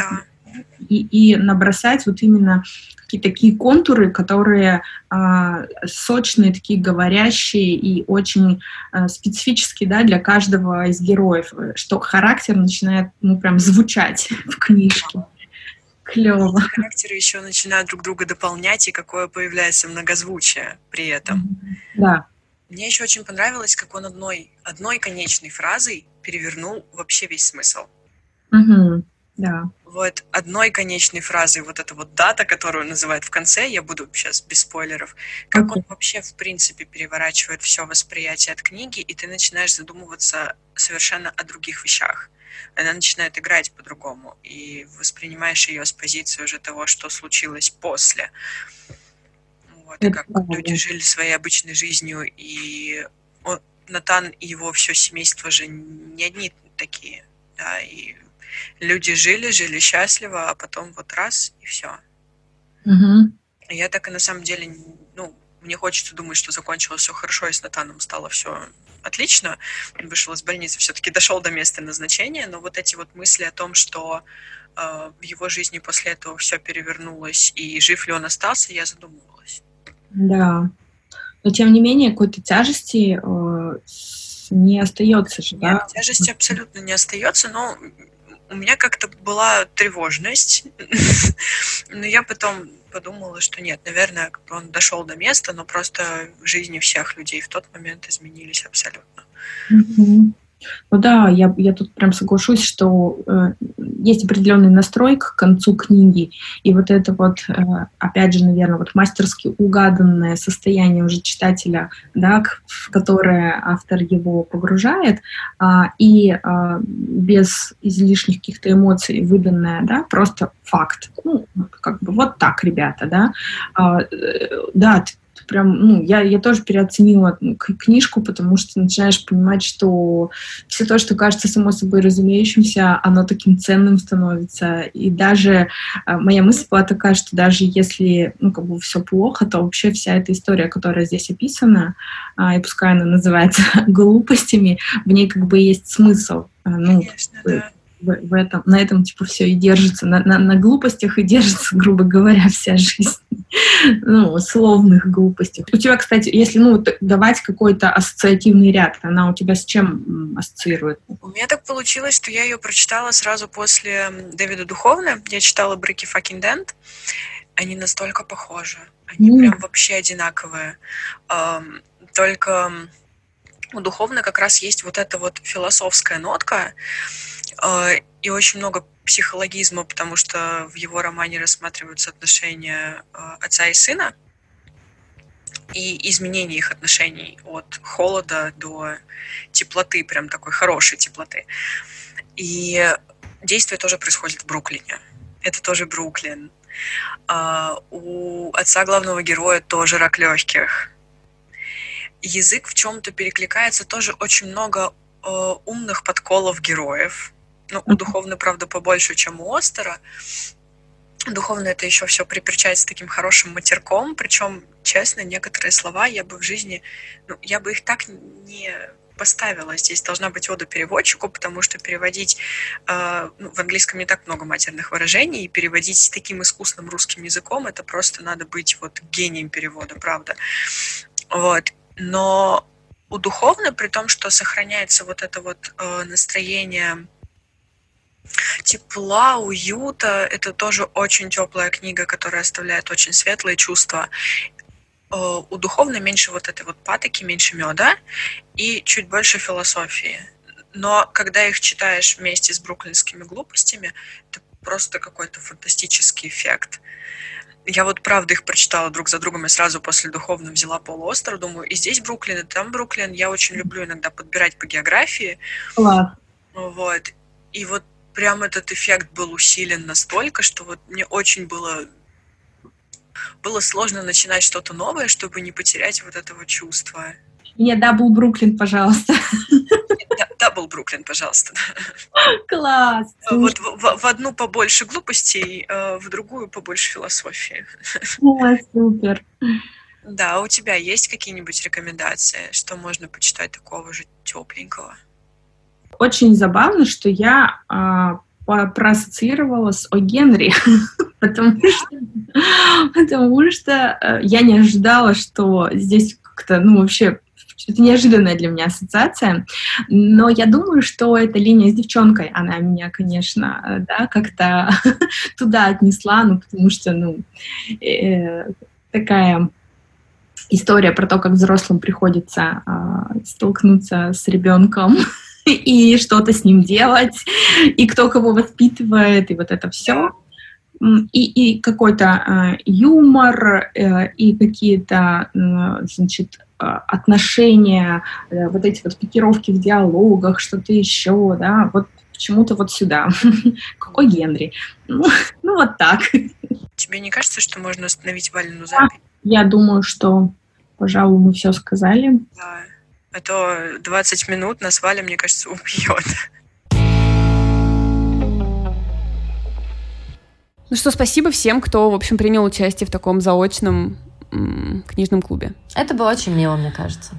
и набросать вот именно какие-то такие контуры, которые сочные, такие говорящие и очень специфические, да, для каждого из героев, что характер начинает, ну, прям звучать в книжке. Клево. Характеры еще начинают друг друга дополнять, и какое появляется многозвучие при этом. Да. Мне еще очень понравилось, как он одной конечной фразой перевернул вообще весь смысл. Да. Вот одной конечной фразой вот эта вот дата, которую называют в конце, я буду сейчас без спойлеров, как он вообще в принципе переворачивает все восприятие от книги, и ты начинаешь задумываться совершенно о других вещах. Она начинает играть по-другому, и воспринимаешь ее с позиции уже того, что случилось после. Вот, и как люди жили своей обычной жизнью, и Натан и его все семейство же не одни такие, да, и люди жили счастливо, а потом вот раз, и все. Я так и на самом деле, ну, мне хочется думать, что закончилось все хорошо, и с Натаном стало все отлично. Он вышел из больницы, все-таки дошел до места назначения, но вот эти вот мысли о том, что в его жизни после этого все перевернулось, и жив ли он остался, я задумывалась. Да. Но тем не менее, какой-то тяжести не остается же, да? Нет, тяжести абсолютно не остается, но у меня как-то была тревожность, но я потом подумала, что нет, наверное, он дошел до места, но просто в жизни всех людей в тот момент изменились абсолютно. Ну да, я тут прям соглашусь, что есть определенный настрой к концу книги, и вот это вот, опять же, наверное, вот мастерски угаданное состояние уже читателя, да, в которое автор его погружает, и без излишних каких-то эмоций выданное, да, просто факт. Ну, как бы вот так, ребята, да. Да, прям, ну, я тоже переоценила книжку, потому что начинаешь понимать, что все то, что кажется само собой разумеющимся, оно таким ценным становится. И даже моя мысль была такая, что даже если, ну, как бы все плохо, то вообще вся эта история, которая здесь описана, и пускай она называется глупостями, в ней как бы есть смысл. Ну, конечно, да. В этом, на этом типа все и держится, на глупостях и держится, грубо говоря, вся жизнь. Ну, условных глупостях. У тебя, кстати, если, ну, давать какой-то ассоциативный ряд, она у тебя с чем ассоциирует? У меня так получилось, что я ее прочитала сразу после Дэвида Духовны. Я читала Bricky Fucking Dent. Они настолько похожи. Они прям вообще одинаковые. Только у Духовны как раз есть вот эта вот философская нотка, и очень много психологизма, потому что в его романе рассматриваются отношения отца и сына и изменение их отношений от холода до теплоты, прям такой хорошей теплоты. И действие тоже происходит в Бруклине. Это тоже Бруклин. У отца главного героя тоже рак легких. Язык в чем-то перекликается, тоже очень много умных подколов героев. Ну, у Духовны, правда, побольше, чем у Остера. Духовно это еще все приперчать с таким хорошим матерком, причем, честно, некоторые слова я бы в жизни, ну, я бы их так не поставила. Здесь должна быть ода переводчику, потому что переводить, в английском не так много матерных выражений, и переводить таким искусным русским языком, это просто надо быть вот гением перевода, правда. Вот. Но у духовной, при том, что сохраняется вот это вот настроение тепла, уюта. Это тоже очень теплая книга, которая оставляет очень светлые чувства. У духовной меньше вот этой вот патоки, меньше меда и чуть больше философии. Но когда их читаешь вместе с бруклинскими глупостями, это просто какой-то фантастический эффект. Я вот правда их прочитала друг за другом, и сразу после духовной взяла полуостров, думаю, и здесь Бруклин, и там Бруклин. Я очень люблю иногда подбирать по географии. Класс. Вот. И вот прям этот эффект был усилен настолько, что вот мне очень было сложно начинать что-то новое, чтобы не потерять вот этого чувства. Мне дабл Бруклин, пожалуйста. Дабл Бруклин, пожалуйста. Класс. Вот в одну побольше глупостей, в другую побольше философии. О, супер. Да, а у тебя есть какие-нибудь рекомендации, что можно почитать такого же тепленького? Очень забавно, что я проассоциировала с О. Генри, потому что я не ожидала, что здесь как-то, вообще, это неожиданная для меня ассоциация, но я думаю, что эта линия с девчонкой, она меня, конечно, да, как-то туда отнесла, потому что, такая история про то, как взрослым приходится столкнуться с ребенком и что-то с ним делать, и кто кого воспитывает, и вот это все. И какой-то юмор, и какие-то, отношения, вот эти вот пикировки в диалогах, что-то еще, да, вот почему-то вот сюда. Какой Генри? Вот так. Тебе не кажется, что можно остановить Валину запись? Я думаю, что, пожалуй, мы все сказали. Да. А то 20 минут нас Валя, мне кажется, убьет. Ну что, спасибо всем, кто, в общем, принял участие в таком заочном книжном клубе. Это было очень мило, мне кажется.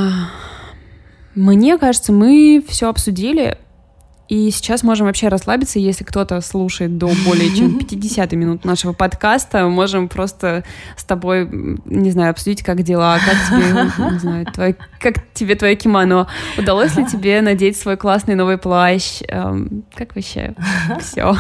Мне кажется, мы все обсудили, и сейчас можем вообще расслабиться. Если кто-то слушает до более чем 50 минут нашего подкаста, можем просто с тобой, не знаю, обсудить, как дела, как тебе, не знаю, как тебе твое кимоно. Удалось ли тебе надеть свой классный новый плащ? Как вообще? Все.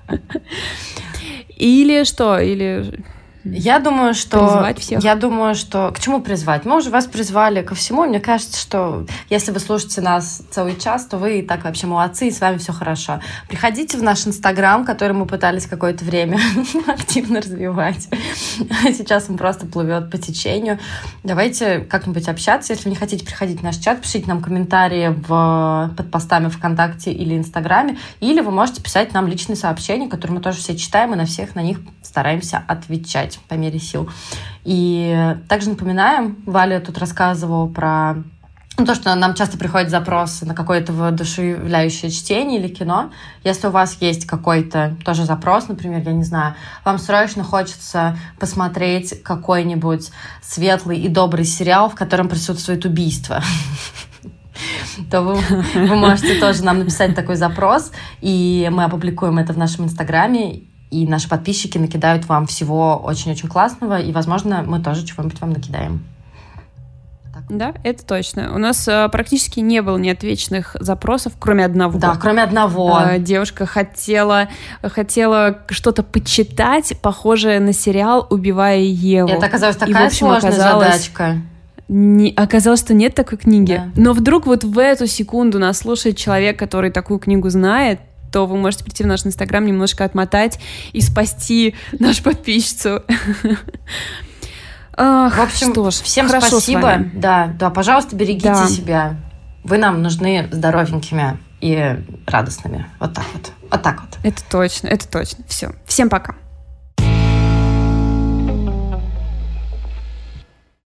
Или что? Или... Я думаю, что... Призвать всех? Я думаю, что... К чему призвать? Мы уже вас призвали ко всему. Мне кажется, что если вы слушаете нас целый час, то вы и так вообще молодцы, и с вами все хорошо. Приходите в наш Инстаграм, который мы пытались какое-то время активно развивать. Сейчас он просто плывет по течению. Давайте как-нибудь общаться. Если вы не хотите приходить в наш чат, пишите нам комментарии под постами ВКонтакте или Инстаграме, или вы можете писать нам личные сообщения, которые мы тоже все читаем, и на всех на них стараемся отвечать по мере сил. И также напоминаем, Валя тут рассказывала про то, что нам часто приходят запросы на какое-то воодушевляющее чтение или кино. Если у вас есть какой-то тоже запрос, например, я не знаю, вам срочно хочется посмотреть какой-нибудь светлый и добрый сериал, в котором присутствует убийство, то вы можете тоже нам написать такой запрос, и мы опубликуем это в нашем Инстаграме, и наши подписчики накидают вам всего очень-очень классного, и, возможно, мы тоже чего-нибудь вам накидаем. Так. Да, это точно. У нас практически не было неотвеченных запросов, кроме одного. Да, кроме одного. Девушка хотела что-то почитать, похожее на сериал «Убивая Еву». Это оказалась такая сложная задачка. Оказалось, что нет такой книги. Да. Но вдруг вот в эту секунду нас слушает человек, который такую книгу знает, то вы можете прийти в наш Инстаграм, немножко отмотать и спасти нашу подписчицу. В общем, что ж, всем спасибо. Да, пожалуйста, берегите себя. Вы нам нужны здоровенькими и радостными. Вот так вот. Это точно. Все. Всем пока.